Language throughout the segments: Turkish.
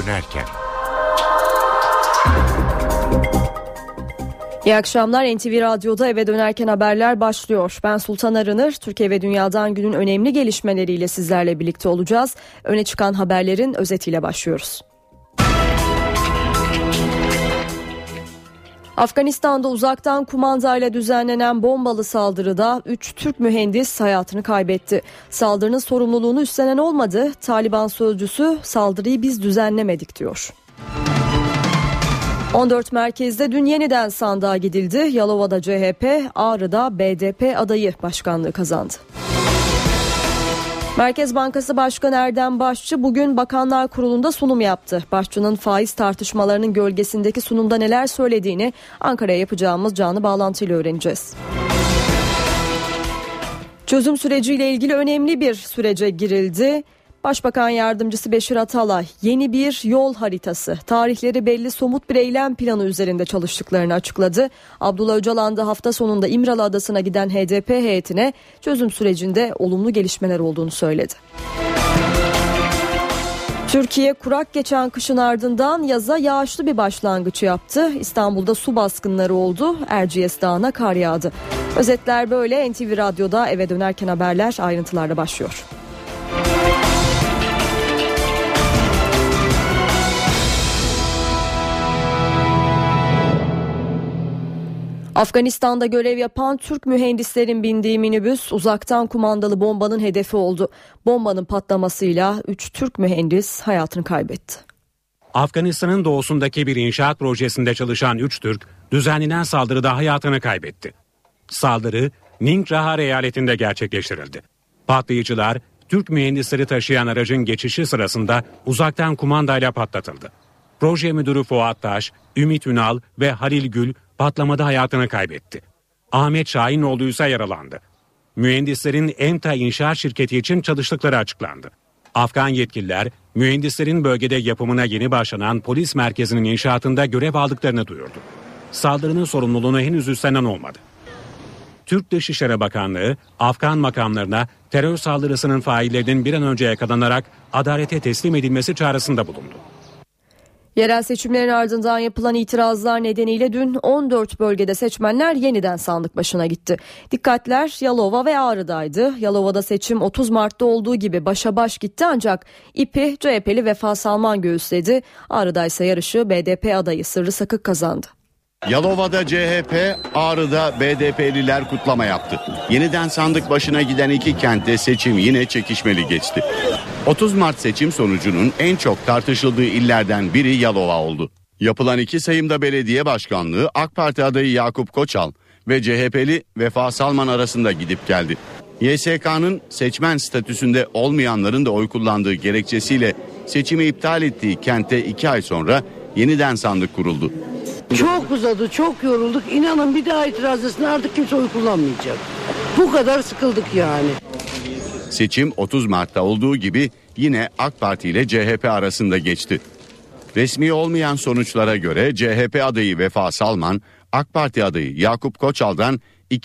dönerken. İyi akşamlar. NTV Radyo'da eve dönerken haberler başlıyor. Ben Sultan Arınır. Türkiye ve dünyadan günün önemli gelişmeleriyle sizlerle birlikte olacağız. Öne çıkan haberlerin özetiyle başlıyoruz. Afganistan'da uzaktan kumandayla düzenlenen bombalı saldırıda 3 Türk mühendis hayatını kaybetti. Saldırının sorumluluğunu üstlenen olmadı. Taliban sözcüsü saldırıyı biz düzenlemedik diyor. 14 merkezde dün yeniden sandığa gidildi. Yalova'da CHP, Ağrı'da BDP adayı başkanlığı kazandı. Merkez Bankası Başkanı Erdem Başçı bugün Bakanlar Kurulu'nda sunum yaptı. Başçı'nın faiz tartışmalarının gölgesindeki sunumda neler söylediğini Ankara'ya yapacağımız canlı bağlantıyla öğreneceğiz. Çözüm süreciyle ilgili önemli bir sürece girildi. Başbakan Yardımcısı Beşir Atalay yeni bir yol haritası, tarihleri belli somut bir eylem planı üzerinde çalıştıklarını açıkladı. Abdullah Öcalan da hafta sonunda İmralı Adası'na giden HDP heyetine çözüm sürecinde olumlu gelişmeler olduğunu söyledi. Türkiye kurak geçen kışın ardından yaza yağışlı bir başlangıç yaptı. İstanbul'da su baskınları oldu. Erciyes Dağı'na kar yağdı. Özetler böyle. NTV Radyo'da eve dönerken haberler ayrıntılarla başlıyor. Afganistan'da görev yapan Türk mühendislerin bindiği minibüs uzaktan kumandalı bombanın hedefi oldu. Bombanın patlamasıyla 3 Türk mühendis hayatını kaybetti. Afganistan'ın doğusundaki bir inşaat projesinde çalışan 3 Türk düzenlenen saldırıda hayatını kaybetti. Saldırı Ningraha eyaletinde gerçekleştirildi. Patlayıcılar Türk mühendisleri taşıyan aracın geçişi sırasında uzaktan kumandayla patlatıldı. Proje müdürü Fuat Taş, Ümit Ünal ve Halil Gül patlamada hayatını kaybetti. Ahmet Şahinoğlu ise yaralandı. Mühendislerin EMTA İnşaat Şirketi için çalıştıkları açıklandı. Afgan yetkililer mühendislerin bölgede yapımına yeni başlanan polis merkezinin inşaatında görev aldıklarını duyurdu. Saldırının sorumluluğunu henüz üstlenen olmadı. Türk Dışişleri Bakanlığı, Afgan makamlarına terör saldırısının faillerinin bir an önce yakalanarak adalete teslim edilmesi çağrısında bulundu. Yerel seçimlerin ardından yapılan itirazlar nedeniyle dün 14 bölgede seçmenler yeniden sandık başına gitti. Dikkatler Yalova ve Ağrı'daydı. Yalova'da seçim 30 Mart'ta olduğu gibi başa baş gitti ancak ipi CHP'li Vefa Salman göğüsledi. Ağrı'da ise yarışı BDP adayı Sırrı Sakık kazandı. Yalova'da CHP, Ağrı'da BDP'liler kutlama yaptı. Yeniden sandık başına giden iki kentte seçim yine çekişmeli geçti. 30 Mart seçim sonucunun en çok tartışıldığı illerden biri Yalova oldu. Yapılan iki sayımda belediye başkanlığı AK Parti adayı Yakup Koçal ve CHP'li Vefa Salman arasında gidip geldi. YSK'nın seçmen statüsünde olmayanların da oy kullandığı gerekçesiyle seçimi iptal ettiği kentte 2 ay sonra yeniden sandık kuruldu. Çok uzadı, çok yorulduk. İnanın bir daha itiraz etsin, artık kimse oy kullanmayacak. Bu kadar sıkıldık yani. Seçim 30 Mart'ta olduğu gibi yine AK Parti ile CHP arasında geçti. Resmi olmayan sonuçlara göre CHP adayı Vefa Salman, AK Parti adayı Yakup Koçal'dan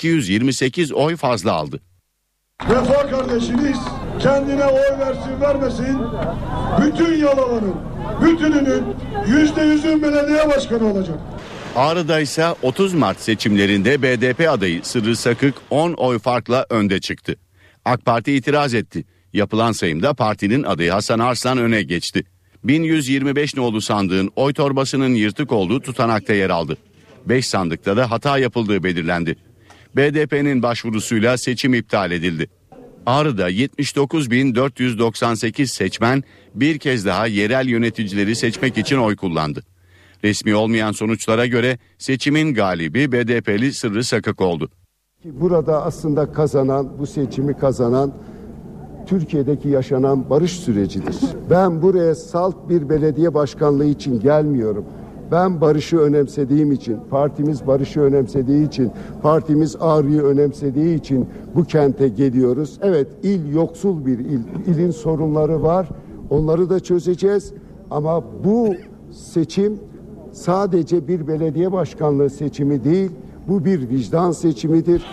228 oy fazla aldı. Vefa kardeşiniz kendine oy versin vermesin, bütün Yalova'nın, bütününün %100'ün belediye başkanı olacak. Ağrı'da ise 30 Mart seçimlerinde BDP adayı Sırrı Sakık 10 oy farkla önde çıktı. AK Parti itiraz etti. Yapılan sayımda partinin adayı Hasan Arslan öne geçti. 1125 nolu sandığın oy torbasının yırtık olduğu tutanakta yer aldı. 5 sandıkta da hata yapıldığı belirlendi. BDP'nin başvurusuyla seçim iptal edildi. Ağrı'da 79.498 seçmen bir kez daha yerel yöneticileri seçmek için oy kullandı. Resmi olmayan sonuçlara göre seçimin galibi BDP'li Sırrı Sakık oldu. Burada aslında kazanan, bu seçimi kazanan Türkiye'deki yaşanan barış sürecidir. Ben buraya salt bir belediye başkanlığı için gelmiyorum. Ben barışı önemsediğim için, partimiz barışı önemsediği için, partimiz Ağrı'yı önemsediği için bu kente geliyoruz. Evet, il yoksul bir il. İlin sorunları var. Onları da çözeceğiz. Ama bu seçim sadece bir belediye başkanlığı seçimi değil, bu bir vicdan seçimidir.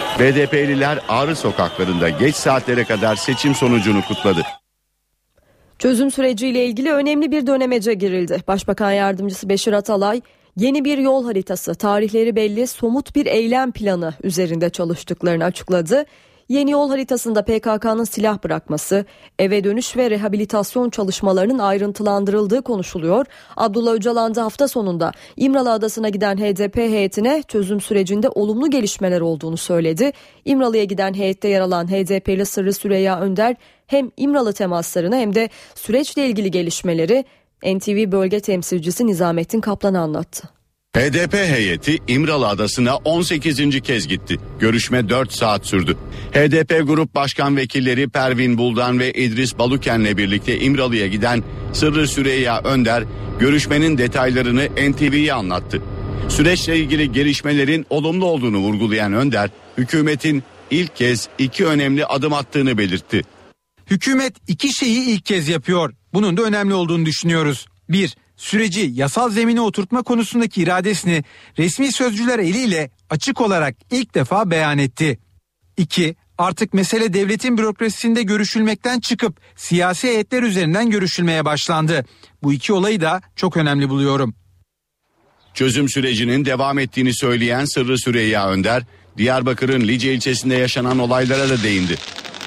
BDP'liler Ağrı sokaklarında geç saatlere kadar seçim sonucunu kutladı. Çözüm süreciyle ilgili önemli bir dönemece girildi. Başbakan Yardımcısı Beşir Atalay, yeni bir yol haritası, tarihleri belli, somut bir eylem planı üzerinde çalıştıklarını açıkladı. Yeni yol haritasında PKK'nın silah bırakması, eve dönüş ve rehabilitasyon çalışmalarının ayrıntılandırıldığı konuşuluyor. Abdullah Öcalan da hafta sonunda İmralı Adası'na giden HDP heyetine çözüm sürecinde olumlu gelişmeler olduğunu söyledi. İmralı'ya giden heyette yer alan HDP'li Sırrı Süreyya Önder hem İmralı temaslarını hem de süreçle ilgili gelişmeleri NTV bölge temsilcisi Nizamettin Kaplan'a anlattı. HDP heyeti İmralı Adası'na 18. kez gitti. Görüşme 4 saat sürdü. HDP Grup Başkan Vekilleri Pervin Buldan ve İdris Baluken'le birlikte İmralı'ya giden Sırrı Süreyya Önder, görüşmenin detaylarını NTV'ye anlattı. Süreçle ilgili gelişmelerin olumlu olduğunu vurgulayan Önder, hükümetin ilk kez 2 önemli adım attığını belirtti. Hükümet 2 şeyi ilk kez yapıyor. Bunun da önemli olduğunu düşünüyoruz. 1. Süreci yasal zemine oturtma konusundaki iradesini resmi sözcüler eliyle açık olarak ilk defa beyan etti. 2. Artık mesele devletin bürokrasisinde görüşülmekten çıkıp siyasi heyetler üzerinden görüşülmeye başlandı. Bu 2 olayı da çok önemli buluyorum. Çözüm sürecinin devam ettiğini söyleyen Sırrı Süreyya Önder, Diyarbakır'ın Lice ilçesinde yaşanan olaylara da değindi.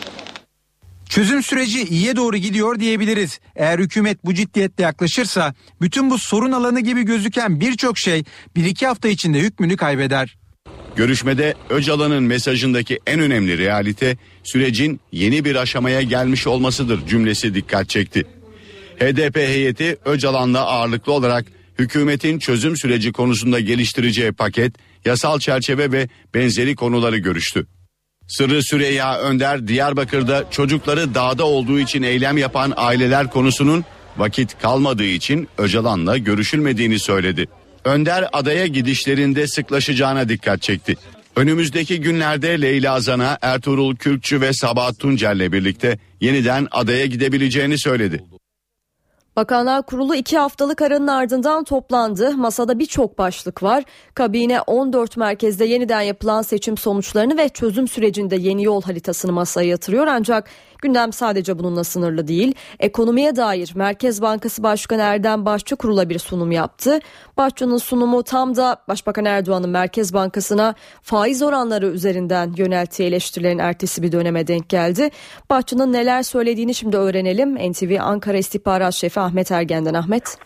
Çözüm süreci iyiye doğru gidiyor diyebiliriz. Eğer hükümet bu ciddiyetle yaklaşırsa bütün bu sorun alanı gibi gözüken birçok şey 1-2 hafta içinde hükmünü kaybeder. Görüşmede Öcalan'ın mesajındaki en önemli realite sürecin yeni bir aşamaya gelmiş olmasıdır cümlesi dikkat çekti. HDP heyeti Öcalan'la ağırlıklı olarak hükümetin çözüm süreci konusunda geliştireceği paket, yasal çerçeve ve benzeri konuları görüştü. Sırrı Süreyya Önder, Diyarbakır'da çocukları dağda olduğu için eylem yapan aileler konusunun vakit kalmadığı için Öcalan'la görüşülmediğini söyledi. Önder adaya gidişlerinde sıklaşacağına dikkat çekti. Önümüzdeki günlerde Leyla Zana, Ertuğrul Kürkçü ve Sabahat Tuncer'le birlikte yeniden adaya gidebileceğini söyledi. Bakanlar Kurulu 2 haftalık aranın ardından toplandı. Masada birçok başlık var. Kabine 14 merkezde yeniden yapılan seçim sonuçlarını ve çözüm sürecinde yeni yol haritasını masaya yatırıyor. Ancak gündem sadece bununla sınırlı değil. Ekonomiye dair Merkez Bankası Başkanı Erdem Başçı kurula bir sunum yaptı. Başçı'nın sunumu tam da Başbakan Erdoğan'ın Merkez Bankası'na faiz oranları üzerinden yönelttiği eleştirilerin ertesi bir döneme denk geldi. Başçı'nın neler söylediğini şimdi öğrenelim. NTV Ankara İstihbarat Şefi Ahmet Ergen'den. Ahmet.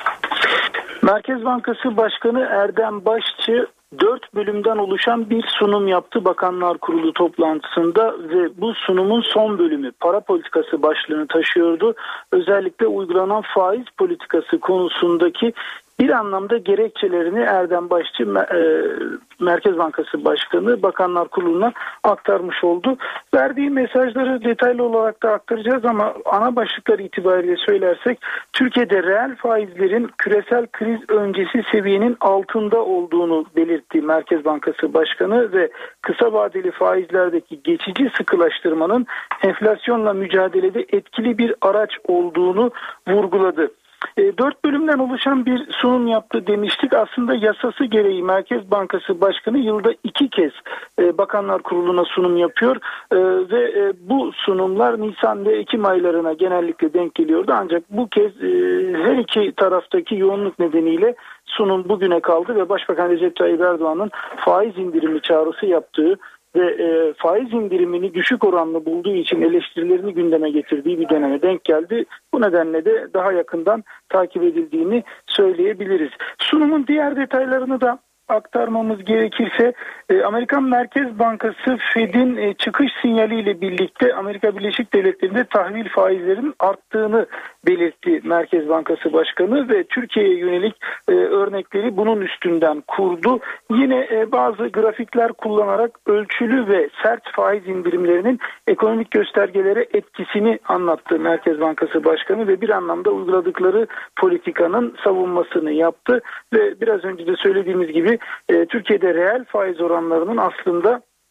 Merkez Bankası Başkanı Erdem Başçı 4 bölümden oluşan bir sunum yaptı Bakanlar Kurulu toplantısında ve bu sunumun son bölümü para politikası başlığını taşıyordu. Özellikle uygulanan faiz politikası konusundaki bir anlamda gerekçelerini Erdem Başçı Merkez Bankası Başkanı Bakanlar Kurulu'na aktarmış oldu. Verdiği mesajları detaylı olarak da aktaracağız ama ana başlıklar itibariyle söylersek Türkiye'de reel faizlerin küresel kriz öncesi seviyenin altında olduğunu belirtti Merkez Bankası Başkanı ve kısa vadeli faizlerdeki geçici sıkılaştırmanın enflasyonla mücadelede etkili bir araç olduğunu vurguladı. 4 bölümden oluşan bir sunum yaptı demiştik. Aslında yasası gereği Merkez Bankası Başkanı yılda 2 kez Bakanlar Kurulu'na sunum yapıyor ve bu sunumlar Nisan ve Ekim aylarına genellikle denk geliyordu. Ancak bu kez her iki taraftaki yoğunluk nedeniyle sunum bugüne kaldı ve Başbakan Recep Tayyip Erdoğan'ın faiz indirimi çağrısı yaptığı ve faiz indirimini düşük oranlı bulduğu için eleştirilerini gündeme getirdiği bir döneme denk geldi. Bu nedenle de daha yakından takip edildiğini söyleyebiliriz. Sunumun diğer detaylarını da aktarmamız gerekirse Amerikan Merkez Bankası Fed'in çıkış sinyaliyle birlikte Amerika Birleşik Devletleri'nde tahvil faizlerinin arttığını belirtti Merkez Bankası Başkanı ve Türkiye'ye yönelik örnekleri bunun üstünden kurdu. Yine bazı grafikler kullanarak ölçülü ve sert faiz indirimlerinin ekonomik göstergelere etkisini anlattı Merkez Bankası Başkanı ve bir anlamda uyguladıkları politikanın savunmasını yaptı ve biraz önce de söylediğimiz gibi Türkiye'de reel faiz oranlarının aslında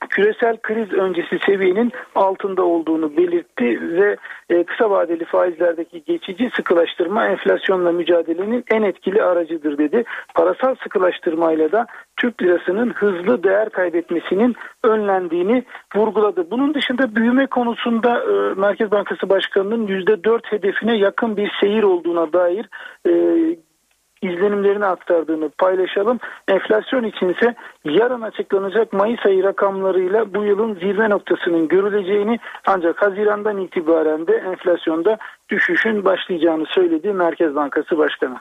küresel kriz öncesi seviyenin altında olduğunu belirtti ve kısa vadeli faizlerdeki geçici sıkılaştırma enflasyonla mücadelenin en etkili aracıdır dedi. Parasal sıkılaştırmayla da Türk lirasının hızlı değer kaybetmesinin önlendiğini vurguladı. Bunun dışında büyüme konusunda Merkez Bankası Başkanı'nın %4 hedefine yakın bir seyir olduğuna dair izlenimlerini aktardığını paylaşalım. Enflasyon içinse yarın açıklanacak Mayıs ayı rakamlarıyla bu yılın zirve noktasının görüleceğini, ancak Haziran'dan itibaren de enflasyonda düşüşün başlayacağını söyledi Merkez Bankası Başkanı.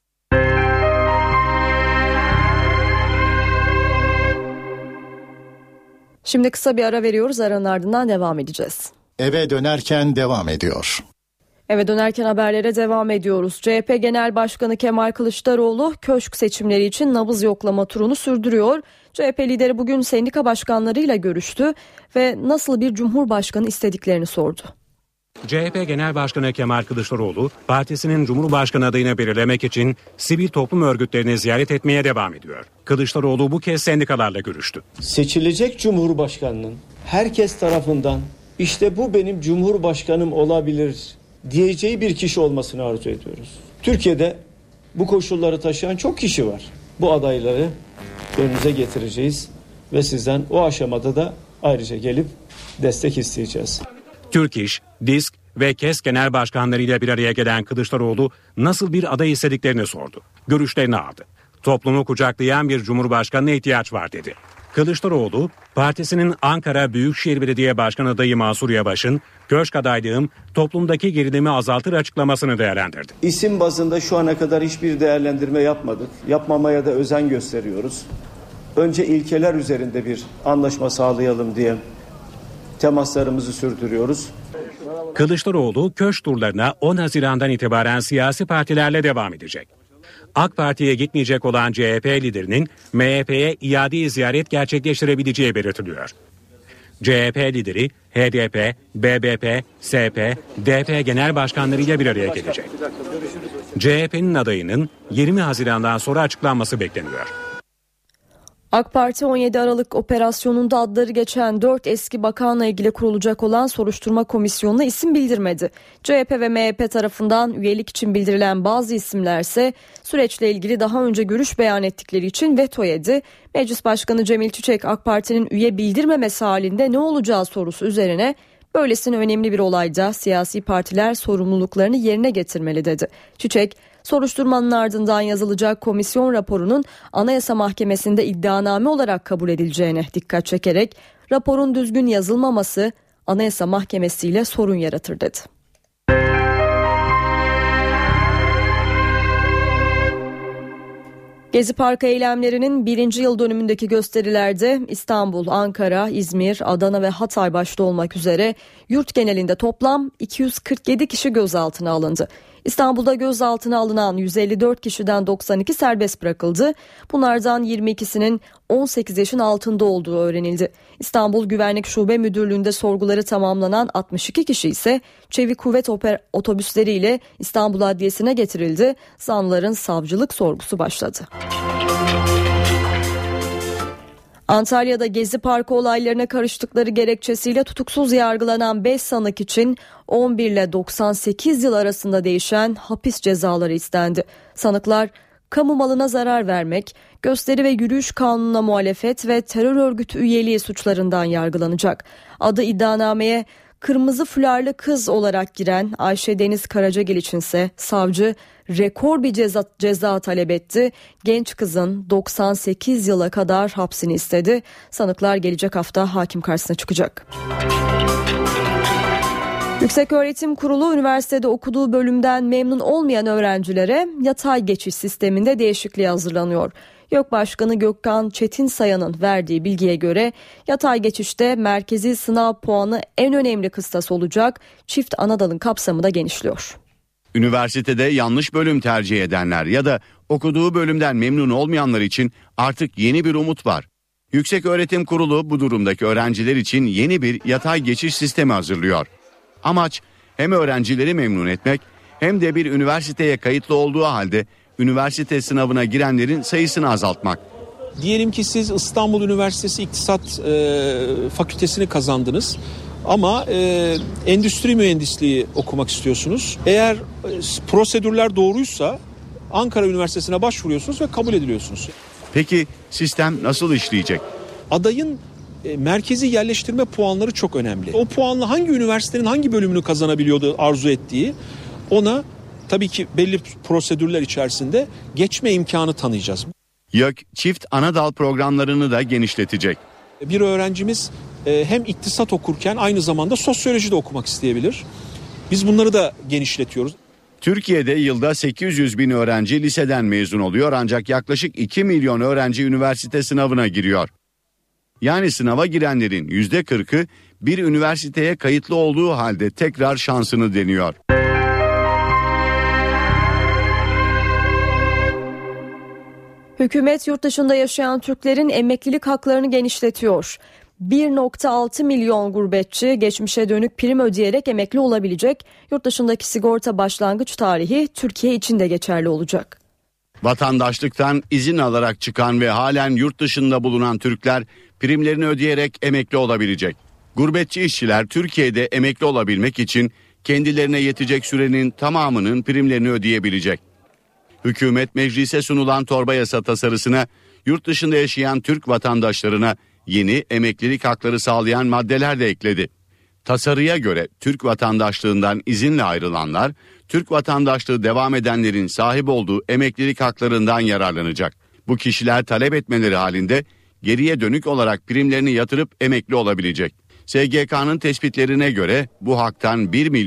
Şimdi kısa bir ara veriyoruz. Aranın ardından devam edeceğiz. Eve dönerken devam ediyor. Eve dönerken haberlere devam ediyoruz. CHP Genel Başkanı Kemal Kılıçdaroğlu köşk seçimleri için nabız yoklama turunu sürdürüyor. CHP lideri bugün sendika başkanlarıyla görüştü ve nasıl bir cumhurbaşkanı istediklerini sordu. CHP Genel Başkanı Kemal Kılıçdaroğlu, partisinin Cumhurbaşkanı adayını belirlemek için sivil toplum örgütlerini ziyaret etmeye devam ediyor. Kılıçdaroğlu bu kez sendikalarla görüştü. Seçilecek Cumhurbaşkanının herkes tarafından işte bu benim Cumhurbaşkanım olabilir diyeceği bir kişi olmasını arzu ediyoruz. Türkiye'de bu koşulları taşıyan çok kişi var. Bu adayları önümüze getireceğiz ve sizden o aşamada da ayrıca gelip destek isteyeceğiz. Türk İş, DİSK ve KES Genel Başkanlarıyla bir araya gelen Kılıçdaroğlu nasıl bir aday istediklerini sordu. Görüşlerini aldı. Toplumu kucaklayan bir cumhurbaşkanına ihtiyaç var dedi. Kılıçdaroğlu, partisinin Ankara Büyükşehir Belediye Başkanı adayı Mansur Yavaş'ın köşk adaylığım toplumdaki gerilimi azaltır açıklamasını değerlendirdi. İsim bazında şu ana kadar hiçbir değerlendirme yapmadık. Yapmamaya da özen gösteriyoruz. Önce ilkeler üzerinde bir anlaşma sağlayalım diye temaslarımızı sürdürüyoruz. Kılıçdaroğlu köşk turlarına 10 Haziran'dan itibaren siyasi partilerle devam edecek. AK Parti'ye gitmeyecek olan CHP liderinin MHP'ye iade ziyaret gerçekleştirebileceği belirtiliyor. CHP lideri HDP, BBP, SP, DP genel başkanlarıyla bir araya gelecek. CHP'nin adayının 20 Haziran'dan sonra açıklanması bekleniyor. AK Parti 17 Aralık operasyonunda adları geçen 4 eski bakanla ilgili kurulacak olan soruşturma komisyonuna isim bildirmedi. CHP ve MHP tarafından üyelik için bildirilen bazı isimlerse süreçle ilgili daha önce görüş beyan ettikleri için veto yedi. Meclis Başkanı Cemil Çiçek, AK Parti'nin üye bildirmemesi halinde ne olacağı sorusu üzerine böylesine önemli bir olayda siyasi partiler sorumluluklarını yerine getirmeli dedi. Çiçek, soruşturmanın ardından yazılacak komisyon raporunun Anayasa Mahkemesi'nde iddianame olarak kabul edileceğine dikkat çekerek raporun düzgün yazılmaması Anayasa Mahkemesi ile sorun yaratır dedi. Gezi Parkı eylemlerinin 1. yıl dönümündeki gösterilerde İstanbul, Ankara, İzmir, Adana ve Hatay başta olmak üzere yurt genelinde toplam 247 kişi gözaltına alındı. İstanbul'da gözaltına alınan 154 kişiden 92 serbest bırakıldı. Bunlardan 22'sinin 18 yaşın altında olduğu öğrenildi. İstanbul Güvenlik Şube Müdürlüğü'nde sorguları tamamlanan 62 kişi ise Çevik Kuvvet otobüsleriyle İstanbul Adliyesi'ne getirildi. Zanlıların savcılık sorgusu başladı. Antalya'da Gezi Parkı olaylarına karıştıkları gerekçesiyle tutuksuz yargılanan 5 sanık için 11 ile 98 yıl arasında değişen hapis cezaları istendi. Sanıklar kamu malına zarar vermek, gösteri ve yürüyüş kanununa muhalefet ve terör örgütü üyeliği suçlarından yargılanacak. Adı iddianameye Kırmızı Fularlı Kız olarak giren Ayşe Deniz Karacagil içinse savcı rekor bir ceza talep etti. Genç kızın 98 yıla kadar hapsini istedi. Sanıklar gelecek hafta hakim karşısına çıkacak. Yükseköğretim Kurulu üniversitede okuduğu bölümden memnun olmayan öğrencilere yatay geçiş sisteminde değişikliğe hazırlanıyor. YÖK Başkanı Gökhan Çetinsayan'ın verdiği bilgiye göre yatay geçişte merkezi sınav puanı en önemli kıstas olacak. Çift anadalın kapsamı da genişliyor. Üniversitede yanlış bölüm tercih edenler ya da okuduğu bölümden memnun olmayanlar için artık yeni bir umut var. Yükseköğretim Kurulu bu durumdaki öğrenciler için yeni bir yatay geçiş sistemi hazırlıyor. Amaç hem öğrencileri memnun etmek hem de bir üniversiteye kayıtlı olduğu halde üniversite sınavına girenlerin sayısını azaltmak. Diyelim ki siz İstanbul Üniversitesi İktisat Fakültesini kazandınız. Ama endüstri mühendisliği okumak istiyorsunuz. Eğer prosedürler doğruysa Ankara Üniversitesi'ne başvuruyorsunuz ve kabul ediliyorsunuz. Peki sistem nasıl işleyecek? Adayın merkezi yerleştirme puanları çok önemli. O puanla hangi üniversitenin hangi bölümünü kazanabiliyordu arzu ettiği, ona tabii ki belli prosedürler içerisinde geçme imkanı tanıyacağız. YÖK çift anadal programlarını da genişletecek. Bir öğrencimiz hem iktisat okurken aynı zamanda sosyoloji de okumak isteyebilir. Biz bunları da genişletiyoruz. Türkiye'de yılda 800 bin öğrenci liseden mezun oluyor ancak yaklaşık 2 milyon öğrenci üniversite sınavına giriyor. Yani sınava girenlerin %40'ı bir üniversiteye kayıtlı olduğu halde tekrar şansını deniyor. Hükümet yurt dışında yaşayan Türklerin emeklilik haklarını genişletiyor. 1.6 milyon gurbetçi geçmişe dönük prim ödeyerek emekli olabilecek. Yurt dışındaki sigorta başlangıç tarihi Türkiye için de geçerli olacak. Vatandaşlıktan izin alarak çıkan ve halen yurt dışında bulunan Türkler primlerini ödeyerek emekli olabilecek. Gurbetçi işçiler Türkiye'de emekli olabilmek için kendilerine yetecek sürenin tamamının primlerini ödeyebilecek. Hükümet meclise sunulan torba yasa tasarısına yurt dışında yaşayan Türk vatandaşlarına yeni emeklilik hakları sağlayan maddeler de ekledi. Tasarıya göre Türk vatandaşlığından izinle ayrılanlar, Türk vatandaşlığı devam edenlerin sahip olduğu emeklilik haklarından yararlanacak. Bu kişiler talep etmeleri halinde geriye dönük olarak primlerini yatırıp emekli olabilecek. SGK'nın tespitlerine göre bu haktan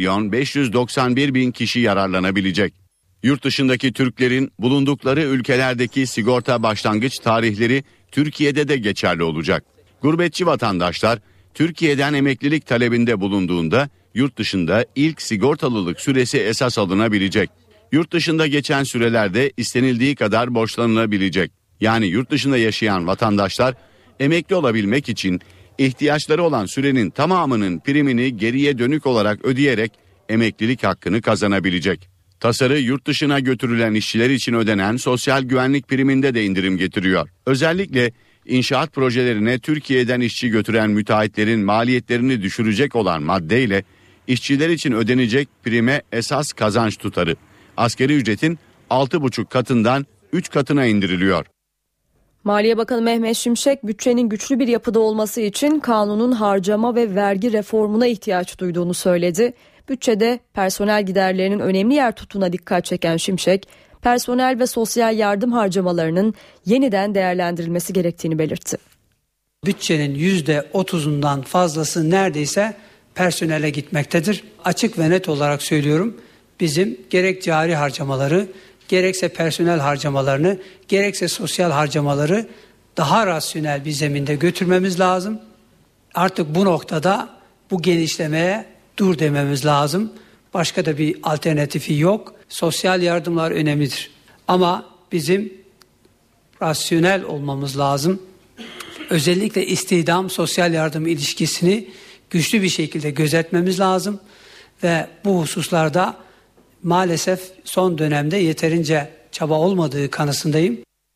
1.591.000 kişi yararlanabilecek. Yurt dışındaki Türklerin bulundukları ülkelerdeki sigorta başlangıç tarihleri Türkiye'de de geçerli olacak. Gurbetçi vatandaşlar Türkiye'den emeklilik talebinde bulunduğunda yurt dışında ilk sigortalılık süresi esas alınabilecek. Yurt dışında geçen sürelerde istenildiği kadar borçlanılabilecek. Yani yurt dışında yaşayan vatandaşlar emekli olabilmek için ihtiyaçları olan sürenin tamamının primini geriye dönük olarak ödeyerek emeklilik hakkını kazanabilecek. Tasarı yurt dışına götürülen işçiler için ödenen sosyal güvenlik priminde de indirim getiriyor. Özellikle inşaat projelerine Türkiye'den işçi götüren müteahhitlerin maliyetlerini düşürecek olan maddeyle işçiler için ödenecek prime esas kazanç tutarı asgari ücretin 6,5 katından 3 katına indiriliyor. Maliye Bakanı Mehmet Şimşek bütçenin güçlü bir yapıda olması için kanunun harcama ve vergi reformuna ihtiyaç duyduğunu söyledi. Bütçede personel giderlerinin önemli yer tuttuğuna dikkat çeken Şimşek, personel ve sosyal yardım harcamalarının yeniden değerlendirilmesi gerektiğini belirtti. Bütçenin %30'undan fazlası neredeyse personele gitmektedir. Açık ve net olarak söylüyorum, bizim gerek cari harcamaları, gerekse personel harcamalarını, gerekse sosyal harcamaları daha rasyonel bir zeminde götürmemiz lazım. Artık bu noktada bu genişlemeye dur dememiz lazım. Başka da bir alternatifi yok. Sosyal yardımlar önemlidir. Ama bizim rasyonel olmamız lazım. Özellikle istihdam sosyal yardım ilişkisini güçlü bir şekilde gözetmemiz lazım. Ve bu hususlarda maalesef son dönemde yeterince çaba olmadığı kanısındayım.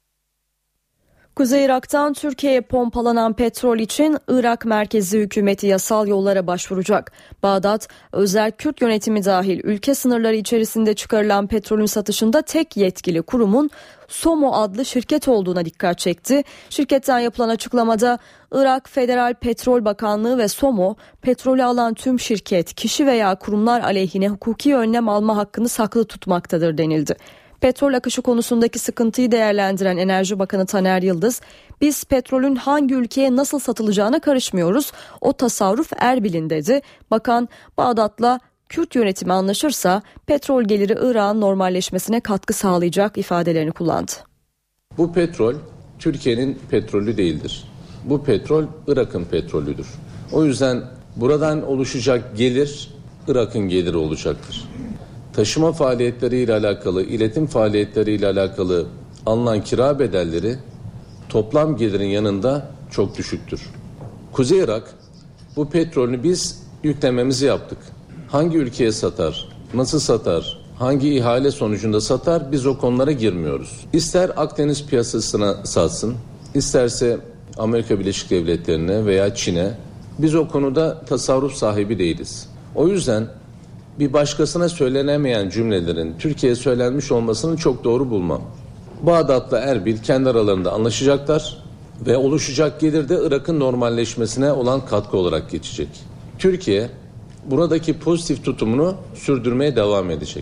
Kuzey Irak'tan Türkiye'ye pompalanan petrol için Irak merkezi hükümeti yasal yollara başvuracak. Bağdat, özel Kürt yönetimi dahil ülke sınırları içerisinde çıkarılan petrolün satışında tek yetkili kurumun SOMO adlı şirket olduğuna dikkat çekti. Şirketten yapılan açıklamada Irak Federal Petrol Bakanlığı ve SOMO, petrolü alan tüm şirket, kişi veya kurumlar aleyhine hukuki önlem alma hakkını saklı tutmaktadır denildi. Petrol akışı konusundaki sıkıntıyı değerlendiren Enerji Bakanı Taner Yıldız, biz petrolün hangi ülkeye nasıl satılacağına karışmıyoruz, o tasarruf Erbil'in dedi. Bakan, Bağdat'la Kürt yönetimi anlaşırsa petrol geliri Irak'ın normalleşmesine katkı sağlayacak ifadelerini kullandı. Bu petrol Türkiye'nin petrolü değildir. Bu petrol Irak'ın petrolüdür. O yüzden buradan oluşacak gelir Irak'ın geliri olacaktır. Taşıma faaliyetleriyle alakalı, iletim faaliyetleriyle alakalı alınan kira bedelleri toplam gelirin yanında çok düşüktür. Kuzey Irak bu petrolünü biz yüklememizi yaptık. Hangi ülkeye satar, nasıl satar, hangi ihale sonucunda satar biz o konulara girmiyoruz. İster Akdeniz piyasasına satsın, isterse Amerika Birleşik Devletleri'ne veya Çin'e, biz o konuda tasarruf sahibi değiliz. O yüzden bir başkasına söylenemeyen cümlelerin Türkiye'ye söylenmiş olmasını çok doğru bulmam. Bağdat'la Erbil kendi aralarında anlaşacaklar ve oluşacak gelir de Irak'ın normalleşmesine olan katkı olarak geçecek. Türkiye buradaki pozitif tutumunu sürdürmeye devam edecek.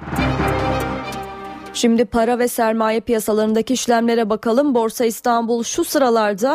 Şimdi para ve sermaye piyasalarındaki işlemlere bakalım. Borsa İstanbul şu sıralarda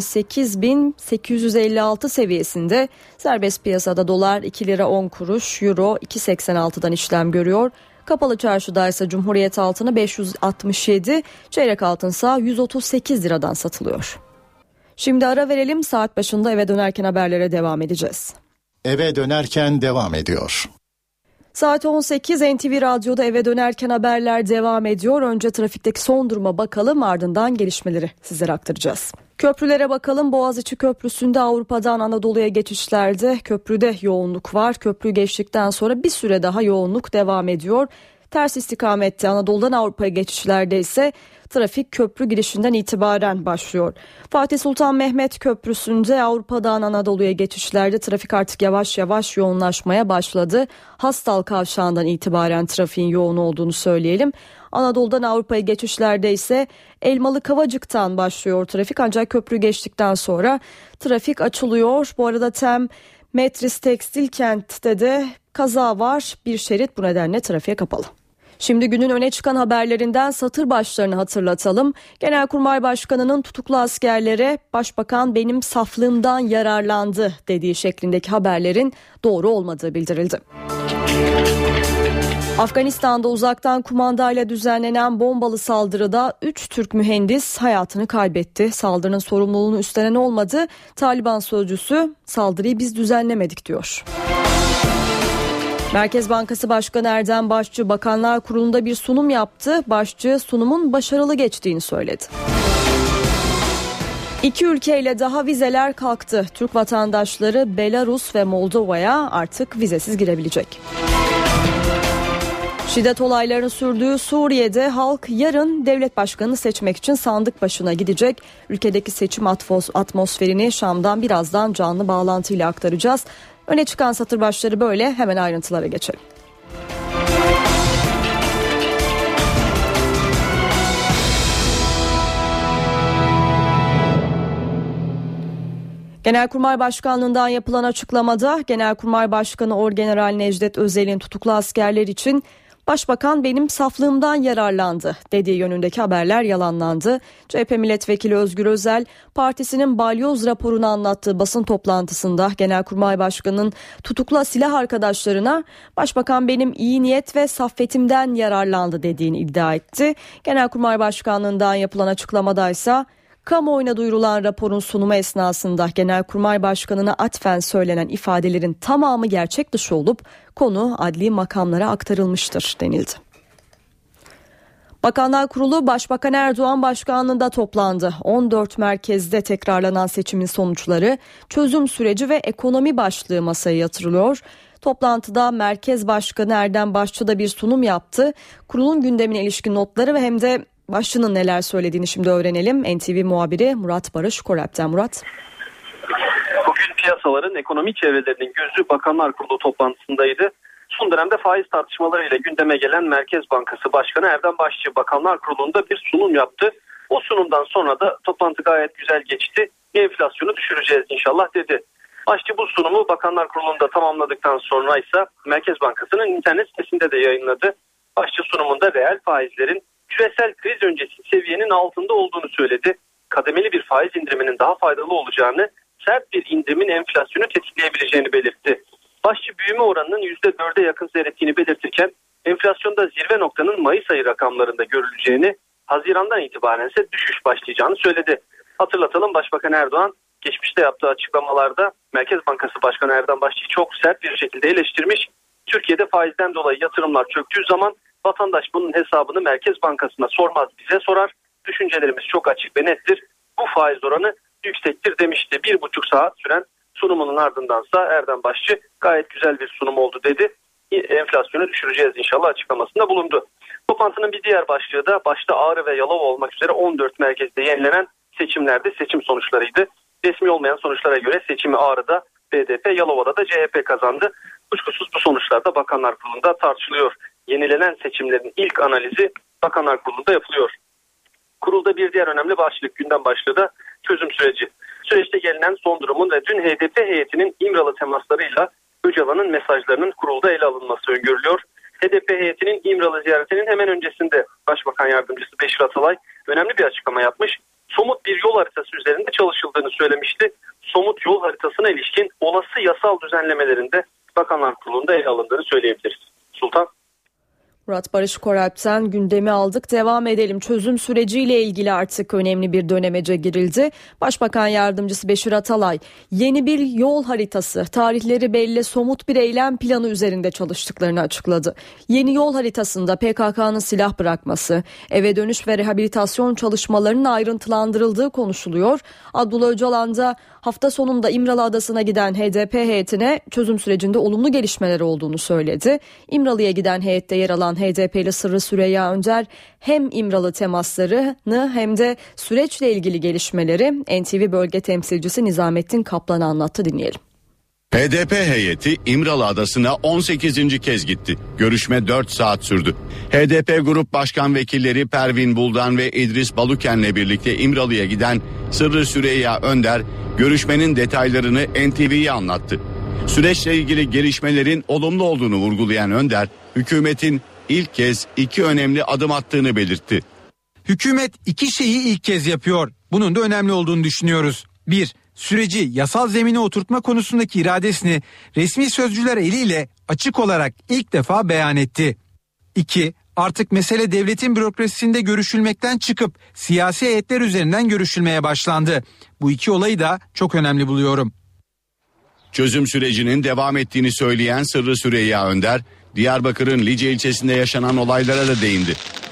78.856 seviyesinde. Serbest piyasada dolar 2 lira 10 kuruş, euro 2.86'dan işlem görüyor. Kapalı çarşıda ise Cumhuriyet altını 567, çeyrek altınsa 138 liradan satılıyor. Şimdi ara verelim, saat başında eve dönerken haberlere devam edeceğiz. Eve dönerken devam ediyor. Saat 18 NTV Radyo'da eve dönerken haberler devam ediyor. Önce trafikteki son duruma bakalım, ardından gelişmeleri sizlere aktaracağız. Köprülere bakalım. Boğaziçi Köprüsü'nde Avrupa'dan Anadolu'ya geçişlerde köprüde yoğunluk var. Köprü geçtikten sonra bir süre daha yoğunluk devam ediyor. Ters istikamette Anadolu'dan Avrupa'ya geçişlerde ise trafik köprü girişinden itibaren başlıyor. Fatih Sultan Mehmet Köprüsü'nde Avrupa'dan Anadolu'ya geçişlerde trafik artık yavaş yavaş yoğunlaşmaya başladı. Hastal Kavşağı'ndan itibaren trafiğin yoğun olduğunu söyleyelim. Anadolu'dan Avrupa'ya geçişlerde ise Elmalı Kavacık'tan başlıyor trafik, ancak köprü geçtikten sonra trafik açılıyor. Bu arada TEM Metris Tekstil Kent'te de kaza var. Bir şerit bu nedenle trafiğe kapalı. Şimdi günün öne çıkan haberlerinden satır başlarını hatırlatalım. Genelkurmay Başkanı'nın tutuklu askerlere "Başbakan benim saflığımdan yararlandı" dediği şeklindeki haberlerin doğru olmadığı bildirildi. Afganistan'da uzaktan kumandayla düzenlenen bombalı saldırıda 3 Türk mühendis hayatını kaybetti. Saldırının sorumluluğunu üstlenen olmadı. Taliban sözcüsü "Saldırıyı biz düzenlemedik" diyor. Merkez Bankası Başkanı Erdem Başçı Bakanlar Kurulu'nda bir sunum yaptı. Başçı sunumun başarılı geçtiğini söyledi. 2 ülkeyle daha vizeler kalktı. Türk vatandaşları Belarus ve Moldova'ya artık vizesiz girebilecek. Şiddet olaylarının sürdüğü Suriye'de halk yarın devlet başkanını seçmek için sandık başına gidecek. Ülkedeki seçim atmosferini Şam'dan birazdan canlı bağlantıyla aktaracağız. Öne çıkan satır başları böyle, hemen ayrıntılara geçelim. Genelkurmay Başkanlığı'ndan yapılan açıklamada Genelkurmay Başkanı Orgeneral Necdet Özel'in tutuklu askerler için "Başbakan benim saflığımdan yararlandı" dediği yönündeki haberler yalanlandı. CHP Milletvekili Özgür Özel, partisinin balyoz raporunu anlattığı basın toplantısında Genelkurmay Başkanı'nın tutuklu silah arkadaşlarına "Başbakan benim iyi niyet ve saffetimden yararlandı" dediğini iddia etti. Genelkurmay Başkanlığı'ndan yapılan açıklamadaysa kamuoyuna duyurulan raporun sunumu esnasında Genelkurmay Başkanı'na atfen söylenen ifadelerin tamamı gerçek dışı olup konu adli makamlara aktarılmıştır denildi. Bakanlar Kurulu Başbakan Erdoğan başkanlığında toplandı. 14 merkezde tekrarlanan seçimin sonuçları, çözüm süreci ve ekonomi başlığı masaya yatırılıyor. Toplantıda Merkez Başkanı Erdem Başçı da bir sunum yaptı. Kurulun gündemine ilişkin notları ve hem de başının neler söylediğini şimdi öğrenelim. NTV muhabiri Murat Barış Koralp'ten. Murat. Bugün piyasaların ekonomi çevrelerinin gözü Bakanlar Kurulu toplantısındaydı. Son dönemde faiz tartışmalarıyla gündeme gelen Merkez Bankası Başkanı Erdem Başçı Bakanlar Kurulu'nda bir sunum yaptı. O sunumdan sonra da toplantı gayet güzel geçti. Enflasyonu düşüreceğiz inşallah dedi. Başçı bu sunumu Bakanlar Kurulu'nda tamamladıktan sonra ise Merkez Bankası'nın internet sitesinde de yayınladı. Başçı sunumunda reel faizlerin küresel kriz öncesi seviyenin altında olduğunu söyledi. Kademeli bir faiz indiriminin daha faydalı olacağını, sert bir indirimin enflasyonu tetikleyebileceğini belirtti. Başçı büyüme oranının %4'e yakın seyrettiğini belirtirken enflasyonda zirve noktanın Mayıs ayı rakamlarında görüleceğini, Haziran'dan itibaren ise düşüş başlayacağını söyledi. Hatırlatalım, Başbakan Erdoğan geçmişte yaptığı açıklamalarda Merkez Bankası Başkanı Erdem Başçı'yı çok sert bir şekilde eleştirmiş. Türkiye'de faizden dolayı yatırımlar çöktüğü zaman vatandaş bunun hesabını Merkez Bankası'na sormaz, bize sorar. Düşüncelerimiz çok açık ve nettir. Bu faiz oranı yüksektir demişti. 1,5 saat süren sunumunun ardındansa Erdem Başçı gayet güzel bir sunum oldu dedi. Enflasyonu düşüreceğiz inşallah açıklamasında bulundu. Toplantının bir diğer başlığı da başta Ağrı ve Yalova olmak üzere 14 merkezde yenilenen seçimlerde seçim sonuçlarıydı. Resmi olmayan sonuçlara göre seçimi Ağrı'da BDP, Yalova'da da CHP kazandı. Kuşkusuz bu sonuçlar da Bakanlar Kurulu'nda tartışılıyor. Yenilenen seçimlerin ilk analizi Bakanlar Kurulu'nda yapılıyor. Kurulda bir diğer önemli başlık, gündem başlığı da çözüm süreci. Süreçte gelinen son durumun ve dün HDP heyetinin İmralı temaslarıyla Öcalan'ın mesajlarının kurulda ele alınması öngörülüyor. HDP heyetinin İmralı ziyaretinin hemen öncesinde Başbakan Yardımcısı Beşir Atalay önemli bir açıklama yapmış. Somut bir yol haritası üzerinde çalışıldığını söylemişti. Somut yol haritasına ilişkin olası yasal düzenlemelerinde Bakanlar Kurulu'nda ele alındığını söyleyebiliriz. Sultan. Murat Barış Koralp'ten gündemi aldık. Devam edelim. Çözüm süreciyle ilgili artık önemli bir dönemece girildi. Başbakan Yardımcısı Beşir Atalay yeni bir yol haritası, tarihleri belli somut bir eylem planı üzerinde çalıştıklarını açıkladı. Yeni yol haritasında PKK'nın silah bırakması, eve dönüş ve rehabilitasyon çalışmalarının ayrıntılandırıldığı konuşuluyor. Abdullah Öcalan da hafta sonunda İmralı Adası'na giden HDP heyetine çözüm sürecinde olumlu gelişmeler olduğunu söyledi. İmralı'ya giden heyette yer alan HDP'li Sırrı Süreyya Önder hem İmralı temaslarını hem de süreçle ilgili gelişmeleri NTV bölge temsilcisi Nizamettin Kaplan'a anlattı, dinleyelim. HDP heyeti İmralı Adası'na 18. kez gitti. Görüşme 4 saat sürdü. HDP Grup Başkan Vekilleri Pervin Buldan ve İdris Baluken'le birlikte İmralı'ya giden Sırrı Süreyya Önder görüşmenin detaylarını NTV'ye anlattı. Süreçle ilgili gelişmelerin olumlu olduğunu vurgulayan Önder, hükümetin ilk kez 2 önemli adım attığını belirtti. Hükümet 2 şeyi ilk kez yapıyor. Bunun da önemli olduğunu düşünüyoruz. 1. Süreci yasal zemine oturtma konusundaki iradesini resmi sözcüler eliyle açık olarak ilk defa beyan etti. 2. Artık mesele devletin bürokrasisinde görüşülmekten çıkıp siyasi heyetler üzerinden görüşülmeye başlandı. Bu 2 olayı da çok önemli buluyorum. Çözüm sürecinin devam ettiğini söyleyen Sırrı Süreyya Önder, Diyarbakır'ın Lice ilçesinde yaşanan olaylara da değindi.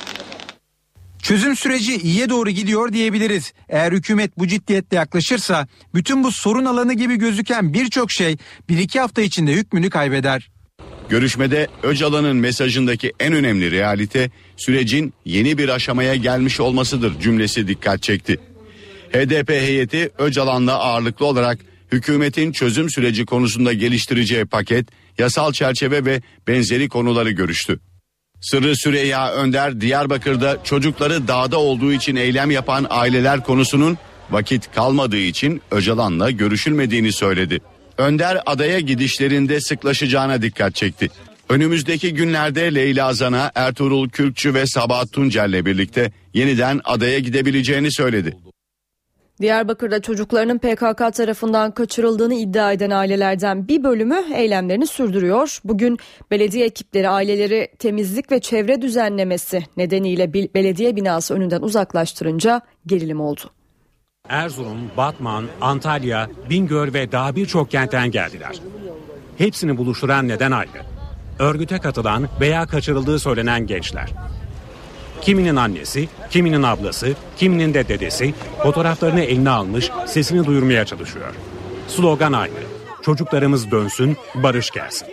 Çözüm süreci iyiye doğru gidiyor diyebiliriz. Eğer hükümet bu ciddiyetle yaklaşırsa bütün bu sorun alanı gibi gözüken birçok şey 1-2 hafta içinde hükmünü kaybeder. Görüşmede Öcalan'ın mesajındaki en önemli realite sürecin yeni bir aşamaya gelmiş olmasıdır cümlesi dikkat çekti. HDP heyeti Öcalan'la ağırlıklı olarak hükümetin çözüm süreci konusunda geliştireceği paket, yasal çerçeve ve benzeri konuları görüştü. Sırrı Süreyya Önder, Diyarbakır'da çocukları dağda olduğu için eylem yapan aileler konusunun vakit kalmadığı için Öcalan'la görüşülmediğini söyledi. Önder adaya gidişlerinde sıklaşacağına dikkat çekti. Önümüzdeki günlerde Leyla Zana, Ertuğrul Kürkçü ve Sabahat Tuncer'le birlikte yeniden adaya gidebileceğini söyledi. Diyarbakır'da çocuklarının PKK tarafından kaçırıldığını iddia eden ailelerden bir bölümü eylemlerini sürdürüyor. Bugün belediye ekipleri aileleri temizlik ve çevre düzenlemesi nedeniyle belediye binası önünden uzaklaştırınca gerilim oldu. Erzurum, Batman, Antalya, Bingöl ve daha birçok kentten geldiler. Hepsini buluşturan neden aynı. Örgüte katılan veya kaçırıldığı söylenen gençler. Kiminin annesi, kiminin ablası, kiminin de dedesi fotoğraflarını eline almış, sesini duyurmaya çalışıyor. Slogan aynı. Çocuklarımız dönsün, barış gelsin.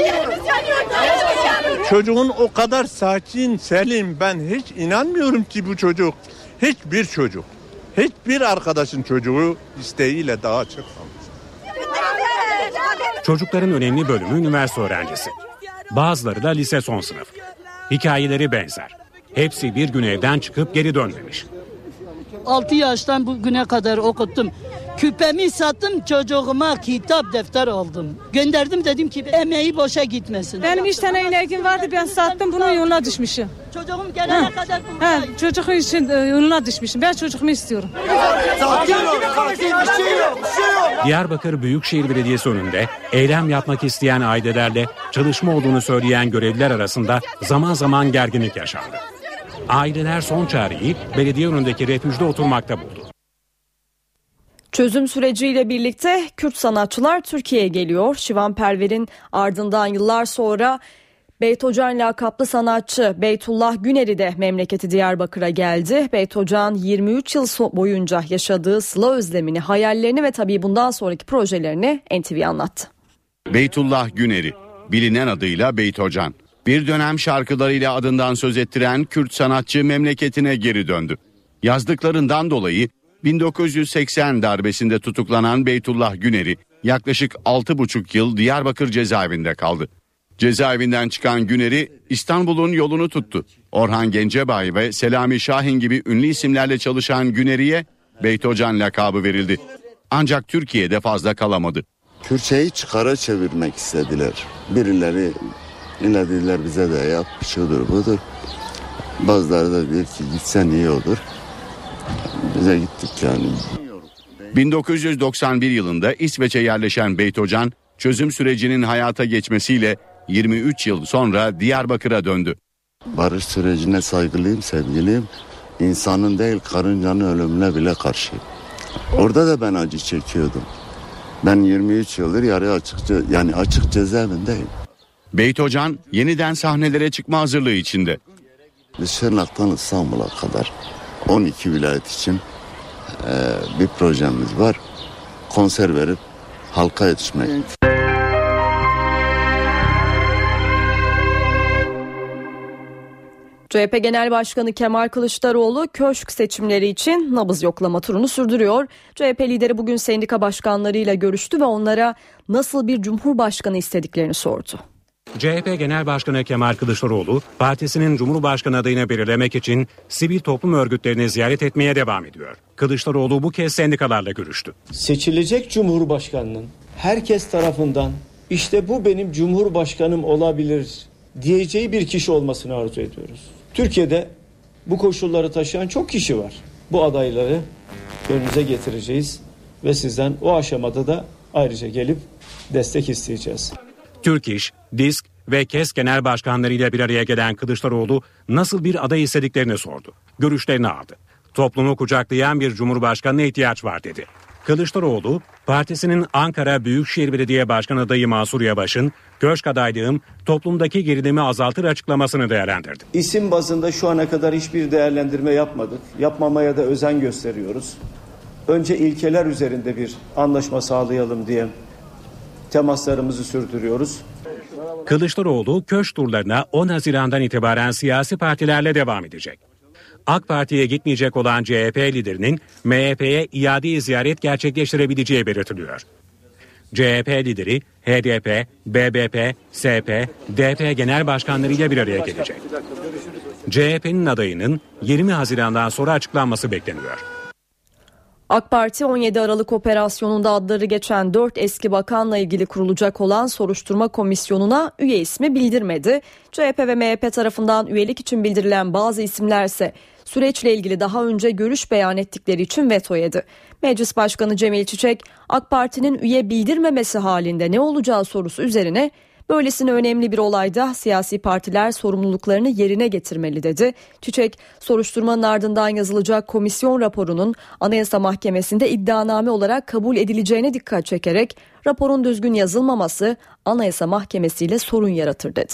Çocuğun o kadar sakin, selim, ben hiç inanmıyorum ki bu çocuk, hiçbir çocuk, hiçbir arkadaşın çocuğu isteğiyle dağa çıkmamış. Çocukların önemli bölümü üniversite öğrencisi. Bazıları da lise son sınıf. Hikayeleri benzer. Hepsi bir gün evden çıkıp geri dönmemiş. 6 yaştan bugüne kadar okuttum. Küpemi sattım, çocuğuma kitap defter aldım. Gönderdim, dedim ki emeği boşa gitmesin. Benim 3 tane ineğim vardı, ben sattım, bunun yoluna düşmüşüm. Çocuğum gelene kadar buradayım. Çocuğum için yoluna düşmüşüm. Ben çocuğumu istiyorum. Diyarbakır Büyükşehir Belediyesi önünde eylem yapmak isteyen ailelerle çalışma olduğunu söyleyen görevliler arasında zaman zaman gerginlik yaşandı. Aileler son çareyi belediye önündeki refüjde oturmakta buldu. Çözüm süreciyle birlikte Kürt sanatçılar Türkiye'ye geliyor. Şivan Perver'in ardından yıllar sonra Beyt Hocan lakaplı sanatçı Beytullah Güner'i de memleketi Diyarbakır'a geldi. Beyt Hocan 23 yıl boyunca yaşadığı sıla özlemini, hayallerini ve tabii bundan sonraki projelerini NTV'ye anlattı. Beytullah Güner'i, bilinen adıyla Beyt Hocan, bir dönem şarkılarıyla adından söz ettiren Kürt sanatçı memleketine geri döndü. Yazdıklarından dolayı 1980 darbesinde tutuklanan Beytullah Güner'i yaklaşık 6,5 yıl Diyarbakır cezaevinde kaldı. Cezaevinden çıkan Güner'i İstanbul'un yolunu tuttu. Orhan Gencebay ve Selami Şahin gibi ünlü isimlerle çalışan Güner'iye Beytocan lakabı verildi. Ancak Türkiye'de fazla kalamadı. Kürtçeyi çıkara çevirmek istediler. Birileri yine dediler bize de yap, şudur budur. Bazıları da diyor ki gitsen iyi olur. Bize gittik yani. 1991 yılında İsveç'e yerleşen Beytocan, çözüm sürecinin hayata geçmesiyle 23 yıl sonra Diyarbakır'a döndü. Barış sürecine saygılıyım, sevgiliyim. İnsanın değil karıncanın ölümüne bile karşıyım. Orada da ben acı çekiyordum. Ben 23 yıldır yarı açık cezaevindeyim. Beytocan yeniden sahnelere çıkma hazırlığı içinde. Şırnak'tan İstanbul'a kadar 12 vilayet için bir projemiz var. Konser verip halka yetişmek. CHP Genel Başkanı Kemal Kılıçdaroğlu köşk seçimleri için nabız yoklama turunu sürdürüyor. CHP lideri bugün sendika başkanlarıyla görüştü ve onlara nasıl bir cumhurbaşkanı istediklerini sordu. CHP Genel Başkanı Kemal Kılıçdaroğlu, partisinin Cumhurbaşkanı adayını belirlemek için sivil toplum örgütlerini ziyaret etmeye devam ediyor. Kılıçdaroğlu bu kez sendikalarla görüştü. Seçilecek Cumhurbaşkanının herkes tarafından işte bu benim Cumhurbaşkanım olabilir diyeceği bir kişi olmasını arzu ediyoruz. Türkiye'de bu koşulları taşıyan çok kişi var. Bu adayları önünüze getireceğiz ve sizden o aşamada da ayrıca gelip destek isteyeceğiz. Türk İş, DİSK ve KES genel başkanlarıyla bir araya gelen Kılıçdaroğlu nasıl bir aday istediklerini sordu. Görüşlerini aldı. Toplumu kucaklayan bir cumhurbaşkanına ihtiyaç var dedi. Kılıçdaroğlu, partisinin Ankara Büyükşehir Belediye Başkanı adayı Mansur Yavaş'ın köşk adaylığım toplumdaki gerilimi azaltır açıklamasını değerlendirdi. İsim bazında şu ana kadar hiçbir değerlendirme yapmadık. Yapmamaya da özen gösteriyoruz. Önce ilkeler üzerinde bir anlaşma sağlayalım diye temaslarımızı sürdürüyoruz. Kılıçdaroğlu köşk turlarına 10 Haziran'dan itibaren siyasi partilerle devam edecek. AK Parti'ye gitmeyecek olan CHP liderinin MHP'ye iade ziyaret gerçekleştirebileceği belirtiliyor. CHP lideri HDP, BBP, SP, DP genel başkanlarıyla bir araya gelecek. CHP'nin adayının 20 Haziran'dan sonra açıklanması bekleniyor. AK Parti 17 Aralık operasyonunda adları geçen 4 eski bakanla ilgili kurulacak olan soruşturma komisyonuna üye ismi bildirmedi. CHP ve MHP tarafından üyelik için bildirilen bazı isimlerse süreçle ilgili daha önce görüş beyan ettikleri için veto yedi. Meclis Başkanı Cemil Çiçek, AK Parti'nin üye bildirmemesi halinde ne olacağı sorusu üzerine böylesine önemli bir olayda siyasi partiler sorumluluklarını yerine getirmeli dedi. Çiçek, soruşturmanın ardından yazılacak komisyon raporunun Anayasa Mahkemesi'nde iddianame olarak kabul edileceğine dikkat çekerek raporun düzgün yazılmaması Anayasa Mahkemesi ile sorun yaratır dedi.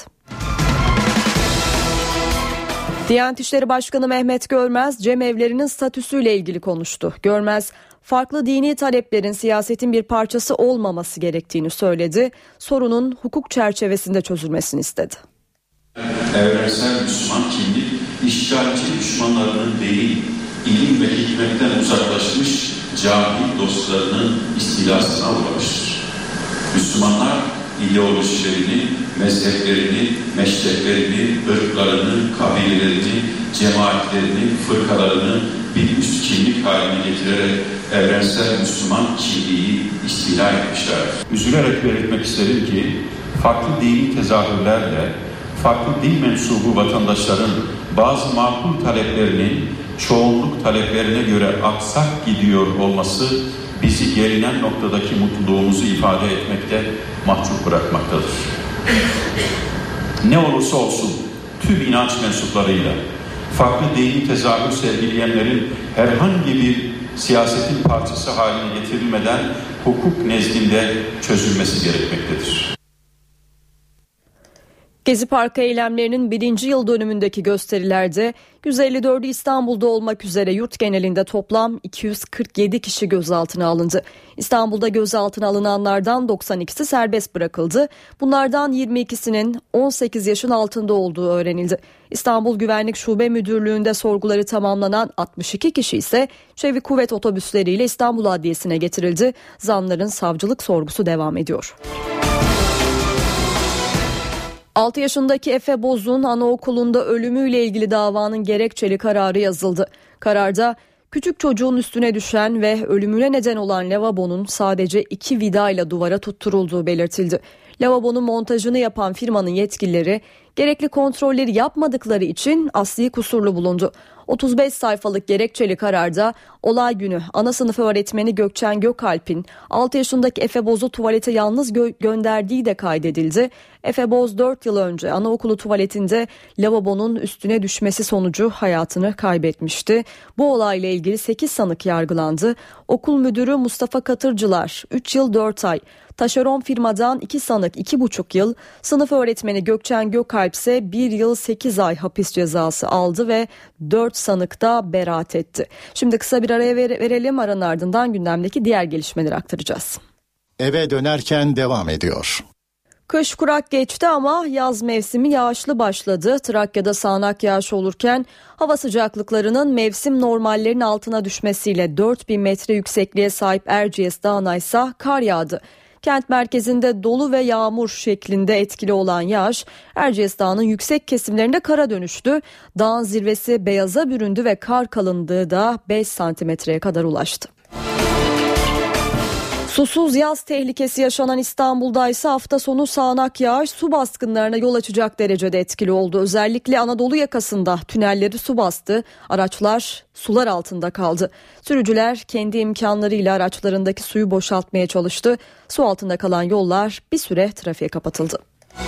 Diyanet İşleri Başkanı Mehmet Görmez, cemevlerinin statüsüyle ilgili konuştu. Görmez, farklı dini taleplerin siyasetin bir parçası olmaması gerektiğini söyledi. Sorunun hukuk çerçevesinde çözülmesini istedi. Evrensel Müslüman kimlik, işgalci düşmanlarının değil, ilim ve hikmetten uzaklaşmış cahil dostlarının istilasına uğramıştır. Müslümanlar ideolojilerini, mezheplerini, meşreplerini, ırklarını, kabilelerini, cemaatlerini, fırkalarını bir üst kimlik haline getirerek evrensel Müslüman kimliği istila etmişler. Üzülerek belirtmek isterim ki farklı dini tezahürlerle farklı din mensubu vatandaşların bazı makul taleplerinin çoğunluk taleplerine göre aksak gidiyor olması bizi gelinen noktadaki mutluluğumuzu ifade etmekte mahcup bırakmaktadır. Ne olursa olsun tüm inanç mensuplarıyla farklı dini tezahür sergileyenlerin herhangi bir siyasetin parçası haline getirilmeden hukuk nezdinde çözülmesi gerekmektedir. Gezi Parkı eylemlerinin 1. yıl dönümündeki gösterilerde 154'ü İstanbul'da olmak üzere yurt genelinde toplam 247 kişi gözaltına alındı. İstanbul'da gözaltına alınanlardan 92'si serbest bırakıldı. Bunlardan 22'sinin 18 yaşın altında olduğu öğrenildi. İstanbul Güvenlik Şube Müdürlüğü'nde sorguları tamamlanan 62 kişi ise Çevik Kuvvet otobüsleriyle İstanbul Adliyesi'ne getirildi. Zanların savcılık sorgusu devam ediyor. 6 yaşındaki Efe Boz'un anaokulunda ölümüyle ilgili davanın gerekçeli kararı yazıldı. Kararda küçük çocuğun üstüne düşen ve ölümüne neden olan lavabonun sadece 2 vidayla duvara tutturulduğu belirtildi. Lavabonun montajını yapan firmanın yetkilileri gerekli kontrolleri yapmadıkları için asli kusurlu bulundu. 35 sayfalık gerekçeli kararda olay günü ana sınıf öğretmeni Gökçen Gökalp'in 6 yaşındaki Efe Boz'u tuvalete yalnız gönderdiği de kaydedildi. Efe Boz 4 yıl önce anaokulu tuvaletinde lavabonun üstüne düşmesi sonucu hayatını kaybetmişti. Bu olayla ilgili 8 sanık yargılandı. Okul müdürü Mustafa Katırcılar 3 yıl 4 ay, taşeron firmadan 2 sanık 2,5 yıl, sınıf öğretmeni Gökçen Gökalp ise 1 yıl 8 ay hapis cezası aldı ve 4 sanık da beraat etti. Şimdi kısa bir araya verelim, aranın ardından gündemdeki diğer gelişmeleri aktaracağız. Eve dönerken devam ediyor. Kış kurak geçti ama yaz mevsimi yağışlı başladı. Trakya'da sağanak yağış olurken hava sıcaklıklarının mevsim normallerinin altına düşmesiyle 4000 metre yüksekliğe sahip Erciyes Dağı'na ise kar yağdı. Kent merkezinde dolu ve yağmur şeklinde etkili olan yağış Erciyes Dağı'nın yüksek kesimlerinde kara dönüştü. Dağın zirvesi beyaza büründü ve kar kalınlığı da 5 santimetreye kadar ulaştı. Susuz yaz tehlikesi yaşanan İstanbul'da ise hafta sonu sağanak yağış su baskınlarına yol açacak derecede etkili oldu. Özellikle Anadolu yakasında tünelleri su bastı. Araçlar sular altında kaldı. Sürücüler kendi imkanlarıyla araçlarındaki suyu boşaltmaya çalıştı. Su altında kalan yollar bir süre trafiğe kapatıldı.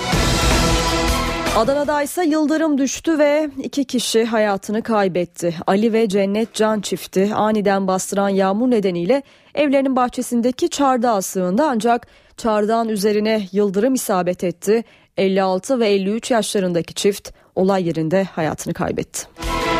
Adana'da ise yıldırım düştü ve 2 kişi hayatını kaybetti. Ali ve Cennet Can çifti aniden bastıran yağmur nedeniyle evlerinin bahçesindeki çardağa sığındı, ancak çardağın üzerine yıldırım isabet etti. 56 ve 53 yaşlarındaki çift olay yerinde hayatını kaybetti.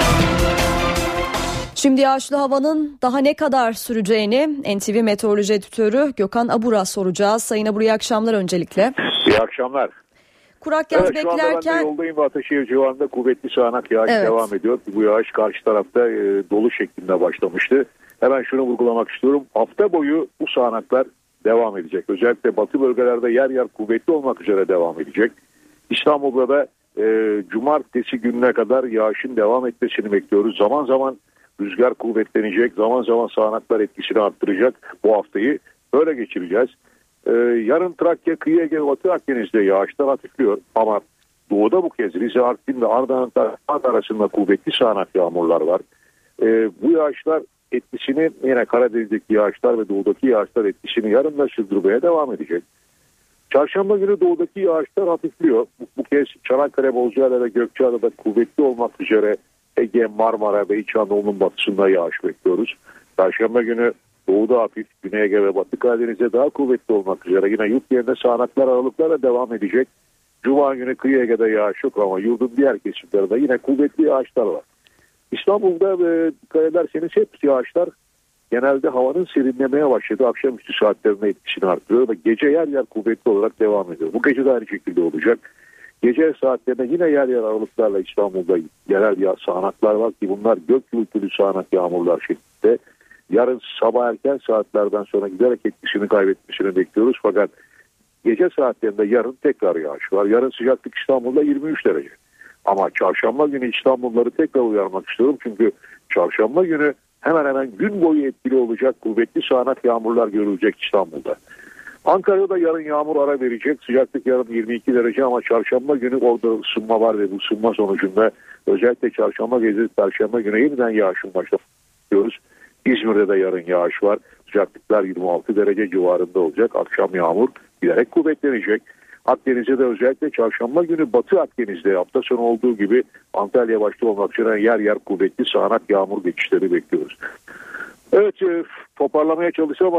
Şimdi yağışlı havanın daha ne kadar süreceğini NTV Meteoroloji Editörü Gökhan Abur'a soracağız. Sayın Abur, iyi akşamlar öncelikle. İyi akşamlar. Kurak yaz beklerken... Şu anda ben de yoldayım ve Ataşehir civarında kuvvetli sağanak yağış devam ediyor. Bu yağış karşı tarafta dolu şeklinde başlamıştı. Hemen şunu vurgulamak istiyorum. Hafta boyu bu sağanaklar devam edecek. Özellikle batı bölgelerde yer yer kuvvetli olmak üzere devam edecek. İstanbul'da da cumartesi gününe kadar yağışın devam etmesini bekliyoruz. Zaman zaman rüzgar kuvvetlenecek, zaman zaman sağanaklar etkisini arttıracak. Bu haftayı böyle geçireceğiz. Yarın Trakya, Kıyı Ege ve Batı Akdeniz'de yağışlar hafifliyor ama doğuda bu kez Rize, Artvin ve Ardahan arasında kuvvetli sağanak yağmurlar var. Bu yağışlar etkisini yine Karadeniz'deki yağışlar ve doğudaki yağışlar etkisini yarın da sürdürmeye devam edecek. Çarşamba günü doğudaki yağışlar hafifliyor. Bu kez Çanakkale, Bozcaada ve Gökçeada'da kuvvetli olmak üzere Ege, Marmara ve İç Anadolu'nun batısında yağış bekliyoruz. Perşembe günü doğuda hafif, Güney Ege ve Batı Karadeniz'de daha kuvvetli olmak üzere yine yurt yerine sağanaklar aralıklarla devam edecek. Cuma günü Kıyı Ege'de yağış yok ama yurdun diğer kesimlerinde yine kuvvetli yağışlar var. İstanbul'da dikkat ederseniz hep yağışlar genelde havanın serinlemeye başladığı akşamüstü saatlerinde etkisini artırıyor ve gece yer yer kuvvetli olarak devam ediyor. Bu gece de aynı şekilde olacak. Gece saatlerinde yine yer yer aralıklarla İstanbul'da yerel sağanaklar var ki bunlar gök gürültülü sağanak yağmurlar şeklinde. Yarın sabah erken saatlerden sonra giderek etkisini kaybetmesini bekliyoruz. Fakat gece saatlerinde yarın tekrar yağış var. Yarın sıcaklık İstanbul'da 23 derece. Ama çarşamba günü İstanbulluları tekrar uyarmak istiyorum. Çünkü çarşamba günü hemen hemen gün boyu etkili olacak kuvvetli sağanak yağmurlar görülecek İstanbul'da. Ankara'da yarın yağmur ara verecek. Sıcaklık yarın 22 derece ama çarşamba günü orada ısınma var ve bu ısınma sonucunda özellikle çarşamba gece perşembe günü yeniden yağışın başlıyoruz. İzmir'de de yarın yağış var. Sıcaklıklar 26 derece civarında olacak. Akşam yağmur giderek kuvvetlenecek. Akdeniz'de de özellikle çarşamba günü Batı Akdeniz'de hafta sonu olduğu gibi Antalya başta olmak üzere yer yer kuvvetli sağanak yağmur geçişleri bekliyoruz. Evet, toparlamaya çalışsam ama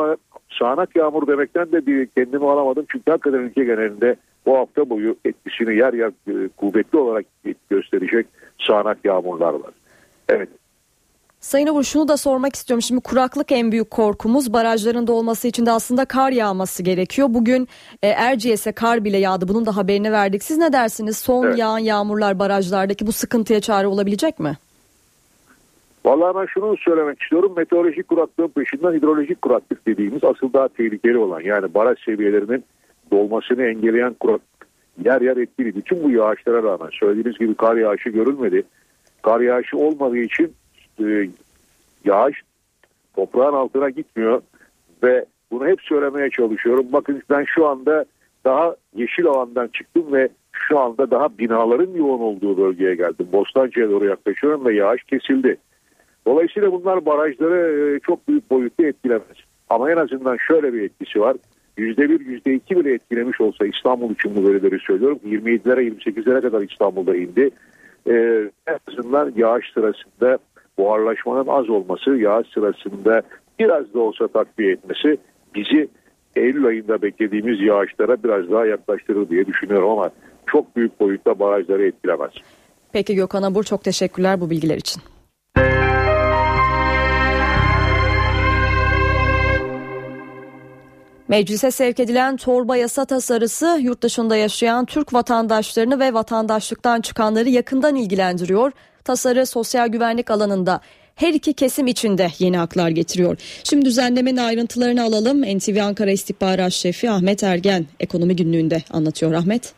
sağanak yağmur demekten de kendimi alamadım. Çünkü hakikaten ülke genelinde bu hafta boyu etkisini yer yer kuvvetli olarak gösterecek sağanak yağmurlar var. Evet. Sayın Obur, şunu da sormak istiyorum. Şimdi kuraklık en büyük korkumuz. Barajların dolması için de aslında kar yağması gerekiyor. Bugün Erciyes'e kar bile yağdı. Bunun da haberini verdik. Siz ne dersiniz? Son yağan yağmurlar barajlardaki bu sıkıntıya çare olabilecek mi? Vallahi ben şunu söylemek istiyorum. Meteorolojik kuraklığın peşinden hidrolojik kuraklık dediğimiz asıl daha tehlikeli olan, yani baraj seviyelerinin dolmasını engelleyen kuraklık yer yer etkili. Bütün bu yağışlara rağmen söylediğiniz gibi kar yağışı görülmedi. Kar yağışı olmadığı için yağış toprağın altına gitmiyor ve bunu hep söylemeye çalışıyorum. Bakın ben şu anda daha yeşil alandan çıktım ve şu anda daha binaların yoğun olduğu bölgeye geldim. Bostancı'ya doğru yaklaşıyorum ve yağış kesildi. Dolayısıyla bunlar barajları çok büyük boyutta etkilemez. Ama en azından şöyle bir etkisi var. %1, %2 bile etkilemiş olsa İstanbul için bu verileri söylüyorum. 27'lere 28'lere kadar İstanbul'da indi. En azından yağış sırasında buharlaşmanın az olması, yağış sırasında biraz da olsa takviye etmesi bizi Eylül ayında beklediğimiz yağışlara biraz daha yaklaştırır diye düşünüyorum ama çok büyük boyutta barajları etkilemez. Peki Gökhan Abur, çok teşekkürler bu bilgiler için. Meclise sevk edilen torba yasa tasarısı yurt dışında yaşayan Türk vatandaşlarını ve vatandaşlıktan çıkanları yakından ilgilendiriyor. Tasarı sosyal güvenlik alanında her iki kesim için de yeni haklar getiriyor. Şimdi düzenlemenin ayrıntılarını alalım. NTV Ankara İstihbarat Şefi Ahmet Ergen Ekonomi Günlüğü'nde anlatıyor. Ahmet.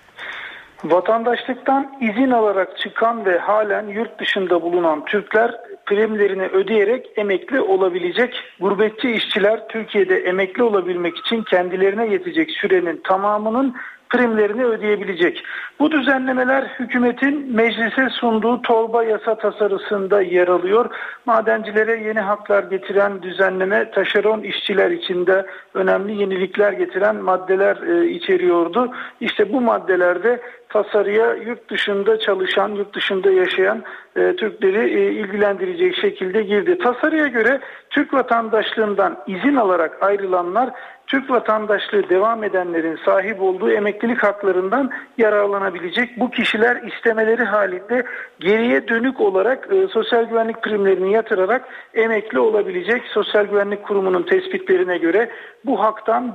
Vatandaşlıktan izin alarak çıkan ve halen yurt dışında bulunan Türkler primlerini ödeyerek emekli olabilecek. Gurbetçi işçiler Türkiye'de emekli olabilmek için kendilerine yetecek sürenin tamamının primlerini ödeyebilecek. Bu düzenlemeler hükümetin meclise sunduğu torba yasa tasarısında yer alıyor. Madencilere yeni haklar getiren düzenleme taşeron işçiler için de önemli yenilikler getiren maddeler içeriyordu. İşte bu maddelerde tasarıya yurt dışında çalışan, yurt dışında yaşayan Türkleri ilgilendirecek şekilde girdi. Tasarıya göre Türk vatandaşlığından izin alarak ayrılanlar Türk vatandaşlığı devam edenlerin sahip olduğu emeklilik haklarından yararlanabilecek. Bu kişiler istemeleri halinde geriye dönük olarak sosyal güvenlik primlerini yatırarak emekli olabilecek. Sosyal Güvenlik Kurumu'nun tespitlerine göre bu haktan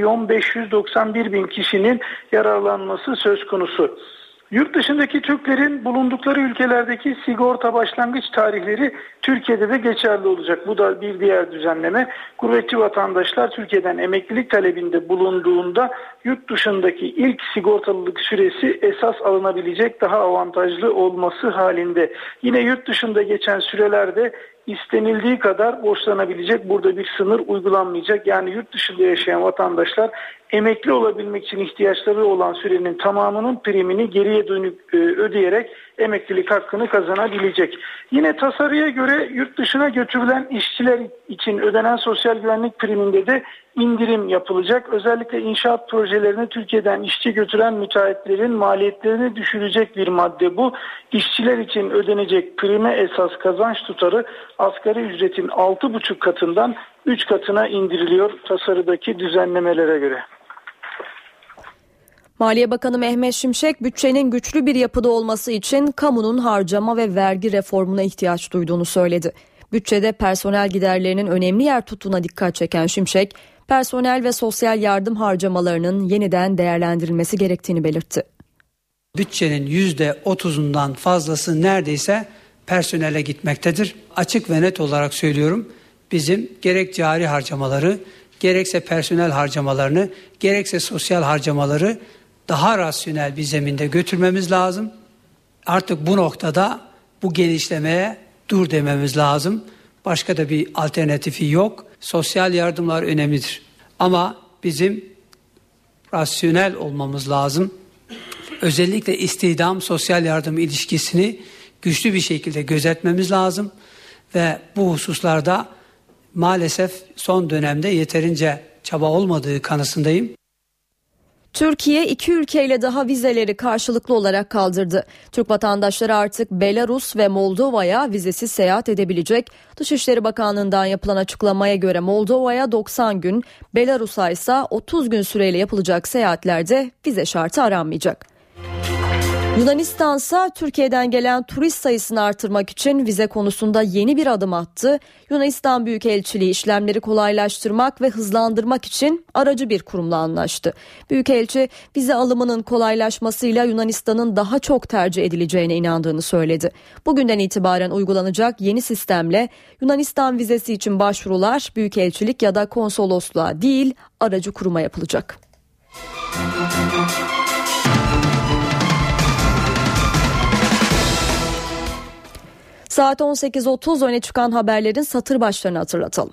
1.591.000 kişinin yararlanması söz konusu. Yurt dışındaki Türklerin bulundukları ülkelerdeki sigorta başlangıç tarihleri Türkiye'de de geçerli olacak. Bu da bir diğer düzenleme. Gurbetçi vatandaşlar Türkiye'den emeklilik talebinde bulunduğunda yurt dışındaki ilk sigortalılık süresi esas alınabilecek, daha avantajlı olması halinde. Yine yurt dışında geçen sürelerde istenildiği kadar borçlanabilecek, burada bir sınır uygulanmayacak. Yani yurt dışında yaşayan vatandaşlar emekli olabilmek için ihtiyaçları olan sürenin tamamının primini geriye dönük ödeyerek emeklilik hakkını kazanabilecek. Yine tasarıya göre yurt dışına götürülen işçiler için ödenen sosyal güvenlik priminde de indirim yapılacak. Özellikle inşaat projelerini Türkiye'den işçi götüren müteahhitlerin maliyetlerini düşürecek bir madde bu. İşçiler için ödenecek prime esas kazanç tutarı asgari ücretin 6,5 katından 3 katına indiriliyor tasarıdaki düzenlemelere göre. Maliye Bakanı Mehmet Şimşek, bütçenin güçlü bir yapıda olması için kamunun harcama ve vergi reformuna ihtiyaç duyduğunu söyledi. Bütçede personel giderlerinin önemli yer tuttuğuna dikkat çeken Şimşek, personel ve sosyal yardım harcamalarının yeniden değerlendirilmesi gerektiğini belirtti. Bütçenin %30'undan fazlası neredeyse personele gitmektedir. Açık ve net olarak söylüyorum, bizim gerek cari harcamaları, gerekse personel harcamalarını, gerekse sosyal harcamaları daha rasyonel bir zeminde götürmemiz lazım. Artık bu noktada bu genişlemeye dur dememiz lazım. Başka da bir alternatifi yok. Sosyal yardımlar önemlidir. Ama bizim rasyonel olmamız lazım. Özellikle istihdam sosyal yardım ilişkisini güçlü bir şekilde gözetmemiz lazım. Ve bu hususlarda maalesef son dönemde yeterince çaba olmadığı kanısındayım. Türkiye iki ülkeyle daha vizeleri karşılıklı olarak kaldırdı. Türk vatandaşları artık Belarus ve Moldova'ya vizesiz seyahat edebilecek. Dışişleri Bakanlığı'ndan yapılan açıklamaya göre Moldova'ya 90 gün, Belarus'a ise 30 gün süreyle yapılacak seyahatlerde vize şartı aranmayacak. Yunanistan ise Türkiye'den gelen turist sayısını artırmak için vize konusunda yeni bir adım attı. Yunanistan Büyükelçiliği işlemleri kolaylaştırmak ve hızlandırmak için aracı bir kurumla anlaştı. Büyükelçi vize alımının kolaylaşmasıyla Yunanistan'ın daha çok tercih edileceğine inandığını söyledi. Bugünden itibaren uygulanacak yeni sistemle Yunanistan vizesi için başvurular büyükelçilik ya da konsolosluğa değil aracı kuruma yapılacak. Saat 18.30 öne çıkan haberlerin satır başlarını hatırlatalım.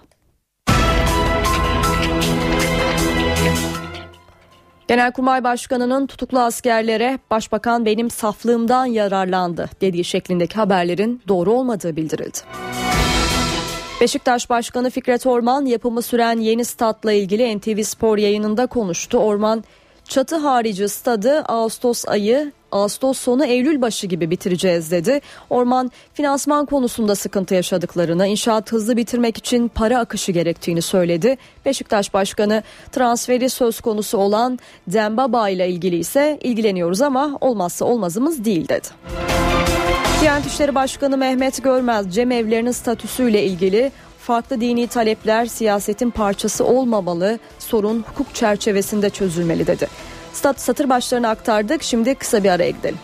Genelkurmay Başkanı'nın tutuklu askerlere "Başbakan benim saflığımdan yararlandı" dediği şeklindeki haberlerin doğru olmadığı bildirildi. Beşiktaş Başkanı Fikret Orman yapımı süren yeni statla ilgili NTV Spor yayınında konuştu. Orman, çatı harici stadı Ağustos sonu Eylül başı gibi bitireceğiz dedi. Orman, finansman konusunda sıkıntı yaşadıklarını, inşaat hızlı bitirmek için para akışı gerektiğini söyledi. Beşiktaş Başkanı transferi söz konusu olan Dembaba ile ilgili ise ilgileniyoruz ama olmazsa olmazımız değil dedi. Diyanet İşleri Başkanı Mehmet Görmez, cemevlerinin statüsüyle ilgili farklı dini talepler siyasetin parçası olmamalı, sorun hukuk çerçevesinde çözülmeli dedi. Satır başlarını aktardık, şimdi kısa bir araya gidelim.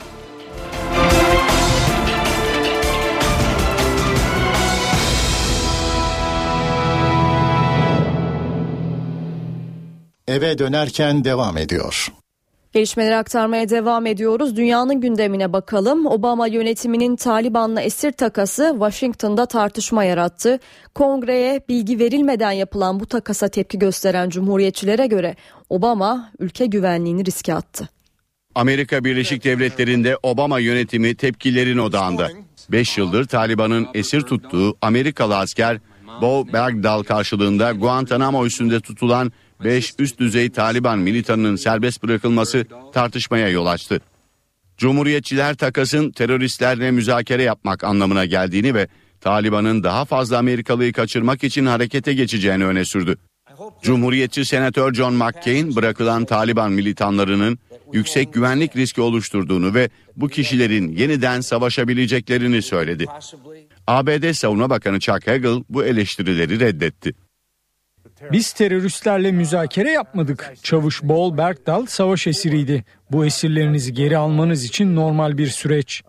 Eve dönerken devam ediyor. Gelişmeleri aktarmaya devam ediyoruz. Dünyanın gündemine bakalım. Obama yönetiminin Taliban'la esir takası Washington'da tartışma yarattı. Kongreye bilgi verilmeden yapılan bu takasa tepki gösteren cumhuriyetçilere göre Obama ülke güvenliğini riske attı. Amerika Birleşik Devletleri'nde Obama yönetimi tepkilerin odağında. 5 yıldır Taliban'ın esir tuttuğu Amerikalı asker Bo Bergdahl karşılığında Guantanamo üssünde tutulan 5 üst düzey Taliban militanının serbest bırakılması tartışmaya yol açtı. Cumhuriyetçiler takasın teröristlerle müzakere yapmak anlamına geldiğini ve Taliban'ın daha fazla Amerikalıyı kaçırmak için harekete geçeceğini öne sürdü. Cumhuriyetçi Senatör John McCain bırakılan Taliban militanlarının yüksek güvenlik riski oluşturduğunu ve bu kişilerin yeniden savaşabileceklerini söyledi. ABD Savunma Bakanı Chuck Hagel bu eleştirileri reddetti. Biz teröristlerle müzakere yapmadık. Çavuş Bo Bergdahl savaş esiriydi. Bu esirlerinizi geri almanız için normal bir süreç.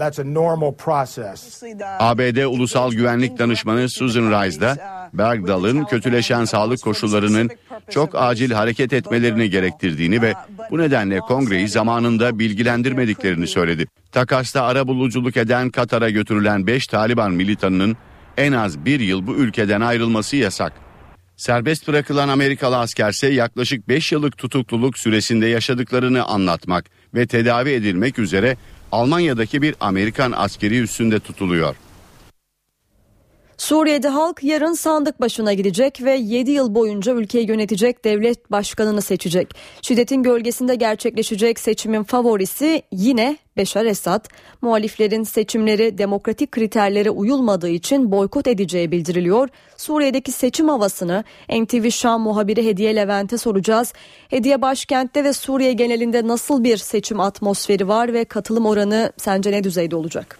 ABD Ulusal Güvenlik Danışmanı Susan Rice da Bergdahl'ın kötüleşen sağlık koşullarının çok acil hareket etmelerini gerektirdiğini ve bu nedenle Kongre'yi zamanında bilgilendirmediklerini söyledi. Takasta arabuluculuk eden Katar'a götürülen 5 Taliban militanının en az 1 yıl bu ülkeden ayrılması yasak. Serbest bırakılan Amerikalı askerse yaklaşık 5 yıllık tutukluluk süresinde yaşadıklarını anlatmak ve tedavi edilmek üzere Almanya'daki bir Amerikan askeri üssünde tutuluyor. Suriye'de halk yarın sandık başına gidecek ve 7 yıl boyunca ülkeyi yönetecek devlet başkanını seçecek. Şiddetin gölgesinde gerçekleşecek seçimin favorisi yine Beşar Esad. Muhaliflerin seçimleri demokratik kriterlere uyulmadığı için boykot edeceği bildiriliyor. Suriye'deki seçim havasını NTV Şam muhabiri Hediye Levent'e soracağız. Hediye, başkentte ve Suriye genelinde nasıl bir seçim atmosferi var ve katılım oranı sence ne düzeyde olacak?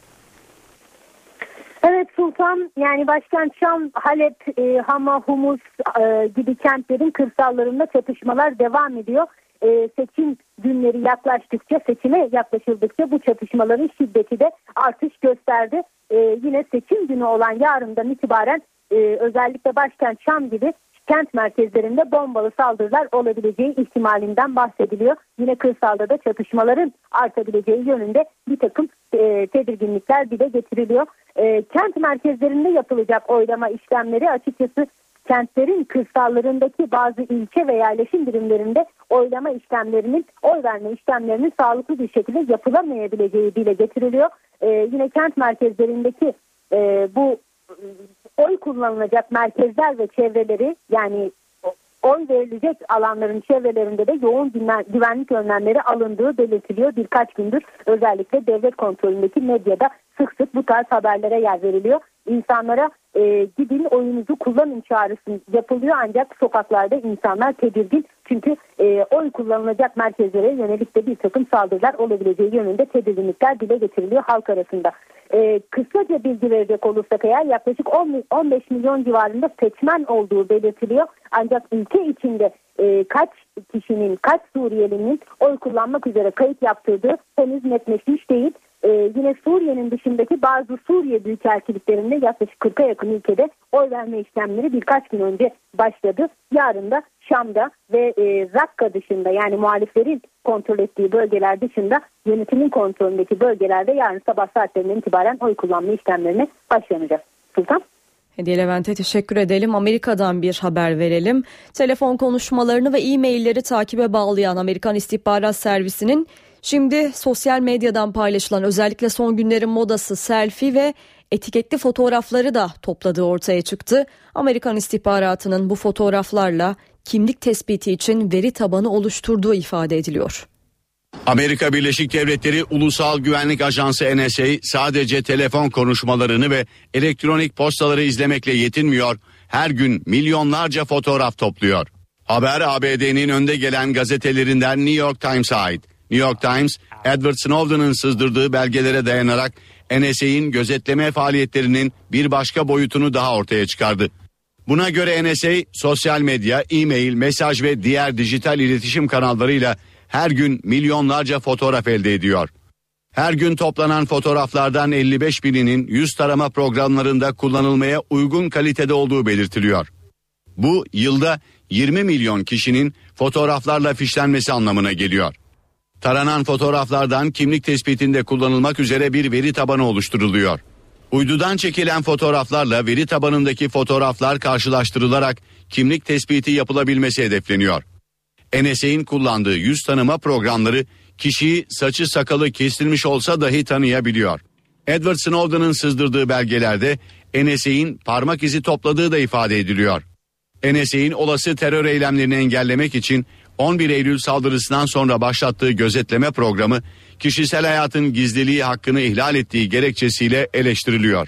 Evet Sultan, yani başkent Şam, Halep, Hama, Humus gibi kentlerin kırsallarında çatışmalar devam ediyor. Seçim günleri yaklaştıkça, seçime yaklaşıldıkça bu çatışmaların şiddeti de artış gösterdi. Yine seçim günü olan yarından itibaren özellikle başkent Şam gibi kent merkezlerinde bombalı saldırılar olabileceği ihtimalinden bahsediliyor. Yine kırsalda da çatışmaların artabileceği yönünde bir takım tedirginlikler dile getiriliyor. Kent merkezlerinde yapılacak oylama işlemleri açıkçası kentlerin kırsallarındaki bazı ilçe ve yerleşim birimlerinde oylama işlemlerinin, oy verme işlemlerinin sağlıklı bir şekilde yapılamayabileceği dile getiriliyor. Yine kent merkezlerindeki bu oy kullanılacak merkezler ve çevreleri, yani oy verilecek alanların çevrelerinde de yoğun güvenlik önlemleri alındığı belirtiliyor. Birkaç gündür özellikle devlet kontrolündeki medyada sık sık bu tarz haberlere yer veriliyor. İnsanlara gidin oyunuzu kullanın çağrısı yapılıyor, ancak sokaklarda insanlar tedirgin. Çünkü oy kullanılacak merkezlere yönelik de bir takım saldırılar olabileceği yönünde tedirginlikler dile getiriliyor halk arasında. Kısaca bilgi verecek olursak eğer yaklaşık 15 milyon civarında seçmen olduğu belirtiliyor. Ancak ülke içinde kaç kişinin, kaç Suriyelinin oy kullanmak üzere kayıt yaptırdığı henüz netleşmiş değil. Yine Suriye'nin dışındaki bazı Suriye büyükelçiliklerinde yaklaşık 40'a yakın ülkede oy verme işlemleri birkaç gün önce başladı. Yarın da Şam'da ve Rakka dışında, yani muhaliflerin kontrol ettiği bölgeler dışında yönetimin kontrolündeki bölgelerde yarın sabah saatlerinden itibaren oy kullanma işlemlerine başlanacak. Sultan? Hediye Levent'e teşekkür edelim. Amerika'dan bir haber verelim. Telefon konuşmalarını ve e-mailleri takibe bağlayan Amerikan İstihbarat Servisi'nin şimdi sosyal medyadan paylaşılan özellikle son günlerin modası selfie ve etiketli fotoğrafları da topladığı ortaya çıktı. Amerikan istihbaratının bu fotoğraflarla kimlik tespiti için veri tabanı oluşturduğu ifade ediliyor. Amerika Birleşik Devletleri Ulusal Güvenlik Ajansı NSA sadece telefon konuşmalarını ve elektronik postaları izlemekle yetinmiyor. Her gün milyonlarca fotoğraf topluyor. Haber ABD'nin önde gelen gazetelerinden New York Times'a ait. New York Times, Edward Snowden'ın sızdırdığı belgelere dayanarak NSA'nin gözetleme faaliyetlerinin bir başka boyutunu daha ortaya çıkardı. Buna göre NSA, sosyal medya, e-mail, mesaj ve diğer dijital iletişim kanallarıyla her gün milyonlarca fotoğraf elde ediyor. Her gün toplanan fotoğraflardan 55 bininin yüz tarama programlarında kullanılmaya uygun kalitede olduğu belirtiliyor. Bu yılda 20 milyon kişinin fotoğraflarla fişlenmesi anlamına geliyor. Taranan fotoğraflardan kimlik tespitinde kullanılmak üzere bir veri tabanı oluşturuluyor. Uydudan çekilen fotoğraflarla veri tabanındaki fotoğraflar karşılaştırılarak kimlik tespiti yapılabilmesi hedefleniyor. NSA'nin kullandığı yüz tanıma programları kişiyi saçı sakalı kesilmiş olsa dahi tanıyabiliyor. Edward Snowden'ın sızdırdığı belgelerde NSA'nin parmak izi topladığı da ifade ediliyor. NSA'nin olası terör eylemlerini engellemek için 11 Eylül saldırısından sonra başlattığı gözetleme programı kişisel hayatın gizliliği hakkını ihlal ettiği gerekçesiyle eleştiriliyor.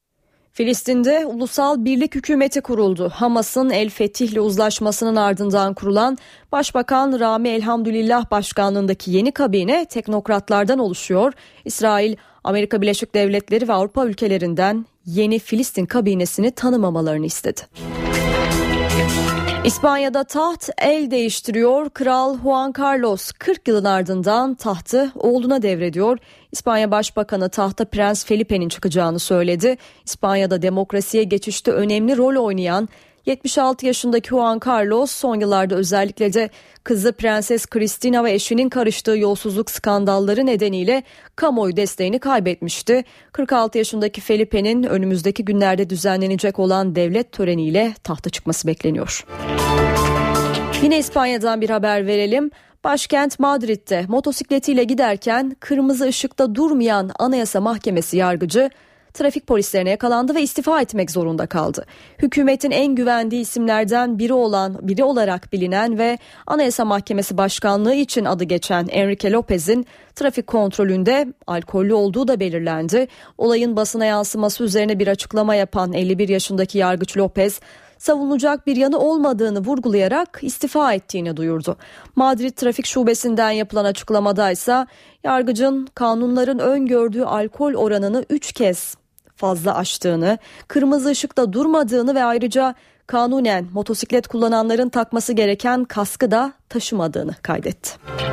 Filistin'de Ulusal Birlik Hükümeti kuruldu. Hamas'ın El Fetih'le uzlaşmasının ardından kurulan Başbakan Rami Elhamdülillah başkanlığındaki yeni kabine teknokratlardan oluşuyor. İsrail, Amerika Birleşik Devletleri ve Avrupa ülkelerinden yeni Filistin kabinesini tanımamalarını istedi. İspanya'da taht el değiştiriyor. Kral Juan Carlos 40 yılın ardından tahtı oğluna devrediyor. İspanya Başbakanı tahta Prens Felipe'nin çıkacağını söyledi. İspanya'da demokrasiye geçişte önemli rol oynayan 76 yaşındaki Juan Carlos son yıllarda özellikle de kızı Prenses Cristina ve eşinin karıştığı yolsuzluk skandalları nedeniyle kamuoyu desteğini kaybetmişti. 46 yaşındaki Felipe'nin önümüzdeki günlerde düzenlenecek olan devlet töreniyle tahta çıkması bekleniyor. Yine İspanya'dan bir haber verelim. Başkent Madrid'de motosikletiyle giderken kırmızı ışıkta durmayan Anayasa Mahkemesi yargıcı trafik polislerine yakalandı ve istifa etmek zorunda kaldı. Hükümetin en güvendiği isimlerden biri olarak bilinen ve Anayasa Mahkemesi Başkanlığı için adı geçen Enrique López'in trafik kontrolünde alkollü olduğu da belirlendi. Olayın basına yansıması üzerine bir açıklama yapan 51 yaşındaki yargıç López, savunulacak bir yanı olmadığını vurgulayarak istifa ettiğini duyurdu. Madrid Trafik Şubesi'nden yapılan açıklamada ise yargıcın kanunların öngördüğü alkol oranını 3 kez fazla aştığını, kırmızı ışıkta durmadığını ve ayrıca kanunen motosiklet kullananların takması gereken kaskı da taşımadığını kaydetti.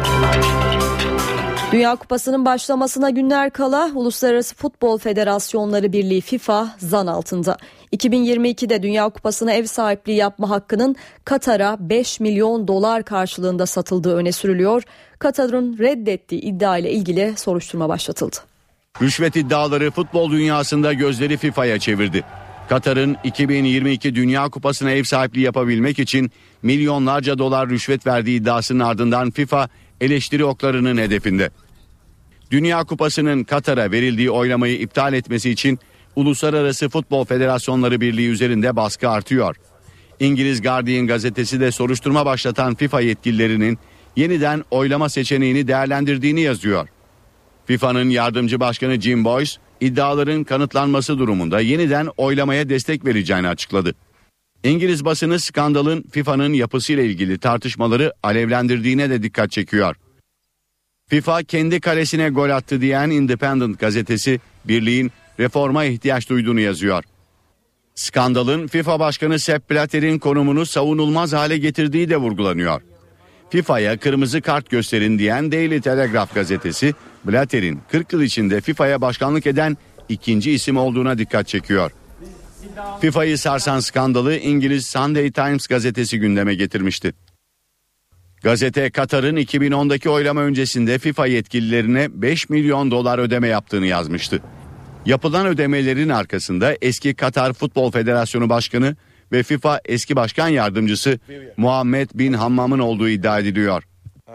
Dünya Kupası'nın başlamasına günler kala Uluslararası Futbol Federasyonları Birliği FIFA zan altında. 2022'de Dünya Kupası'na ev sahipliği yapma hakkının Katar'a 5 milyon dolar karşılığında satıldığı öne sürülüyor. Katar'ın reddettiği iddia ile ilgili soruşturma başlatıldı. Rüşvet iddiaları futbol dünyasında gözleri FIFA'ya çevirdi. Katar'ın 2022 Dünya Kupası'na ev sahipliği yapabilmek için milyonlarca dolar rüşvet verdiği iddiasının ardından FIFA eleştiri oklarının hedefinde. Dünya Kupası'nın Katar'a verildiği oylamayı iptal etmesi için Uluslararası Futbol Federasyonları Birliği üzerinde baskı artıyor. İngiliz Guardian gazetesi de soruşturma başlatan FIFA yetkililerinin yeniden oylama seçeneğini değerlendirdiğini yazıyor. FIFA'nın yardımcı başkanı Jim Boyce, iddiaların kanıtlanması durumunda yeniden oylamaya destek vereceğini açıkladı. İngiliz basını skandalın FIFA'nın yapısıyla ilgili tartışmaları alevlendirdiğine de dikkat çekiyor. FIFA kendi kalesine gol attı diyen Independent gazetesi, birliğin reforma ihtiyaç duyduğunu yazıyor. Skandalın FIFA Başkanı Sepp Blatter'in konumunu savunulmaz hale getirdiği de vurgulanıyor. FIFA'ya kırmızı kart gösterin diyen Daily Telegraph gazetesi, Blatter'in 40 yıl içinde FIFA'ya başkanlık eden ikinci isim olduğuna dikkat çekiyor. FIFA'yı sarsan skandalı İngiliz Sunday Times gazetesi gündeme getirmişti. Gazete, Katar'ın 2010'daki oylama öncesinde FIFA yetkililerine 5 milyon dolar ödeme yaptığını yazmıştı. Yapılan ödemelerin arkasında eski Katar Futbol Federasyonu Başkanı ve FIFA eski başkan yardımcısı Muhammed bin Hammam'ın olduğu iddia ediliyor.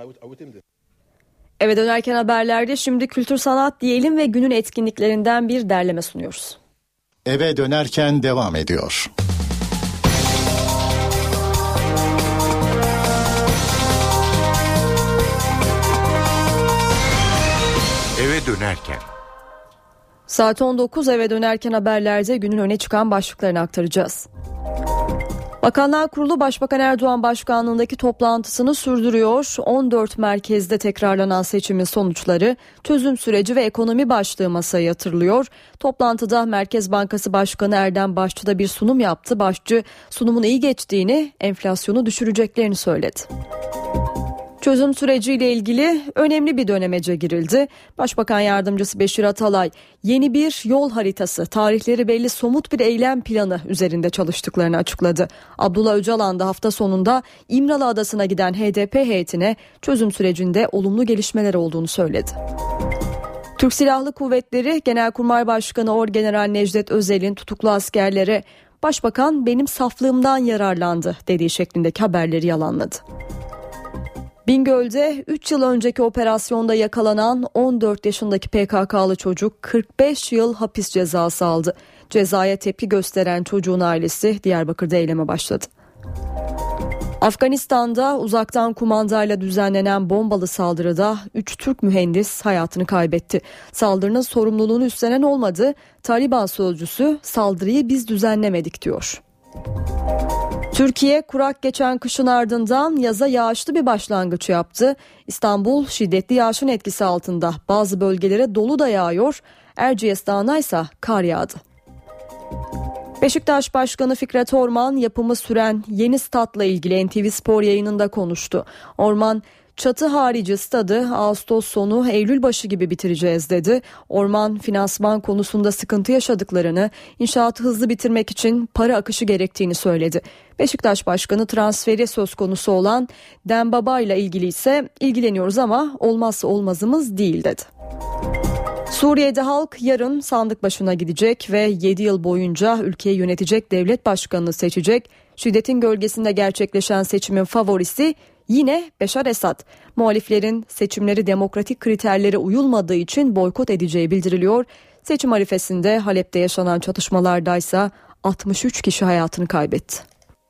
Eve dönerken haberlerde şimdi kültür sanat diyelim ve günün etkinliklerinden bir derleme sunuyoruz. Eve dönerken devam ediyor. Eve dönerken. Saat 19 eve dönerken haberlerde günün öne çıkan başlıklarını aktaracağız. Bakanlar Kurulu Başbakan Erdoğan başkanlığındaki toplantısını sürdürüyor. 14 merkezde tekrarlanan seçimin sonuçları, çözüm süreci ve ekonomi başlığı masaya yatırılıyor. Toplantıda Merkez Bankası Başkanı Erdem Başçı da bir sunum yaptı. Başçı sunumun iyi geçtiğini, enflasyonu düşüreceklerini söyledi. Çözüm süreciyle ilgili önemli bir dönemece girildi. Başbakan Yardımcısı Beşir Atalay yeni bir yol haritası, tarihleri belli somut bir eylem planı üzerinde çalıştıklarını açıkladı. Abdullah Öcalan da hafta sonunda İmralı Adası'na giden HDP heyetine çözüm sürecinde olumlu gelişmeler olduğunu söyledi. Türk Silahlı Kuvvetleri Genelkurmay Başkanı Orgeneral Necdet Özel'in tutuklu askerlere "Başbakan benim saflığımdan yararlandı" dediği şeklindeki haberleri yalanladı. Bingöl'de 3 yıl önceki operasyonda yakalanan 14 yaşındaki PKK'lı çocuk 45 yıl hapis cezası aldı. Cezaya tepki gösteren çocuğun ailesi Diyarbakır'da eyleme başladı. Afganistan'da uzaktan kumandayla düzenlenen bombalı saldırıda 3 Türk mühendis hayatını kaybetti. Saldırının sorumluluğunu üstlenen olmadı. Taliban sözcüsü saldırıyı biz düzenlemedik diyor. Türkiye kurak geçen kışın ardından yaza yağışlı bir başlangıç yaptı. İstanbul şiddetli yağışın etkisi altında. Bazı bölgelere dolu da yağıyor. Erciyes Dağı'na ise kar yağdı. Beşiktaş Başkanı Fikret Orman yapımı süren yeni statla ilgili NTV Spor yayınında konuştu. Orman, çatı harici stadı Ağustos sonu Eylül başı gibi bitireceğiz dedi. Orman finansman konusunda sıkıntı yaşadıklarını, inşaatı hızlı bitirmek için para akışı gerektiğini söyledi. Beşiktaş Başkanı transferi söz konusu olan Dembaba ile ilgili ise ilgileniyoruz ama olmazsa olmazımız değil dedi. Suriye'de halk yarın sandık başına gidecek ve 7 yıl boyunca ülkeyi yönetecek devlet başkanını seçecek. Şiddetin gölgesinde gerçekleşen seçimin favorisi yine Beşar Esad. Muhaliflerin seçimleri demokratik kriterlere uyulmadığı için boykot edeceği bildiriliyor. Seçim arifesinde Halep'te yaşanan çatışmalardaysa 63 kişi hayatını kaybetti.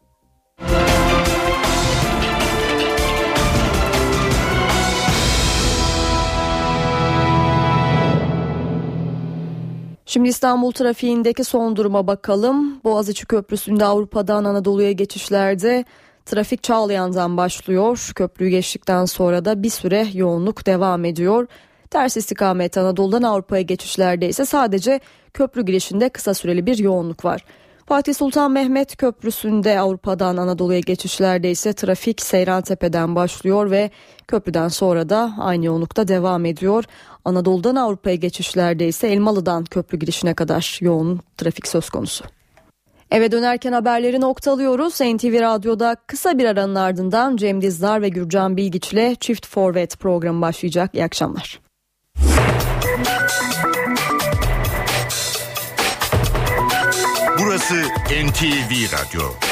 Şimdi İstanbul trafiğindeki son duruma bakalım. Boğaziçi Köprüsü'nde Avrupa'dan Anadolu'ya geçişlerde trafik Çağlayan'dan başlıyor. Köprüyü geçtikten sonra da bir süre yoğunluk devam ediyor. Ters istikamet Anadolu'dan Avrupa'ya geçişlerde ise sadece köprü girişinde kısa süreli bir yoğunluk var. Fatih Sultan Mehmet Köprüsü'nde Avrupa'dan Anadolu'ya geçişlerde ise trafik Seyrantepe'den başlıyor ve köprüden sonra da aynı yoğunlukta devam ediyor. Anadolu'dan Avrupa'ya geçişlerde ise Elmalı'dan köprü girişine kadar yoğun trafik söz konusu. Eve dönerken haberleri noktalıyoruz. NTV Radyo'da kısa bir aranın ardından Cem Dizdar ve Gürcan Bilgiç'le Çift Forvet programı başlayacak. İyi akşamlar. Burası NTV Radyo.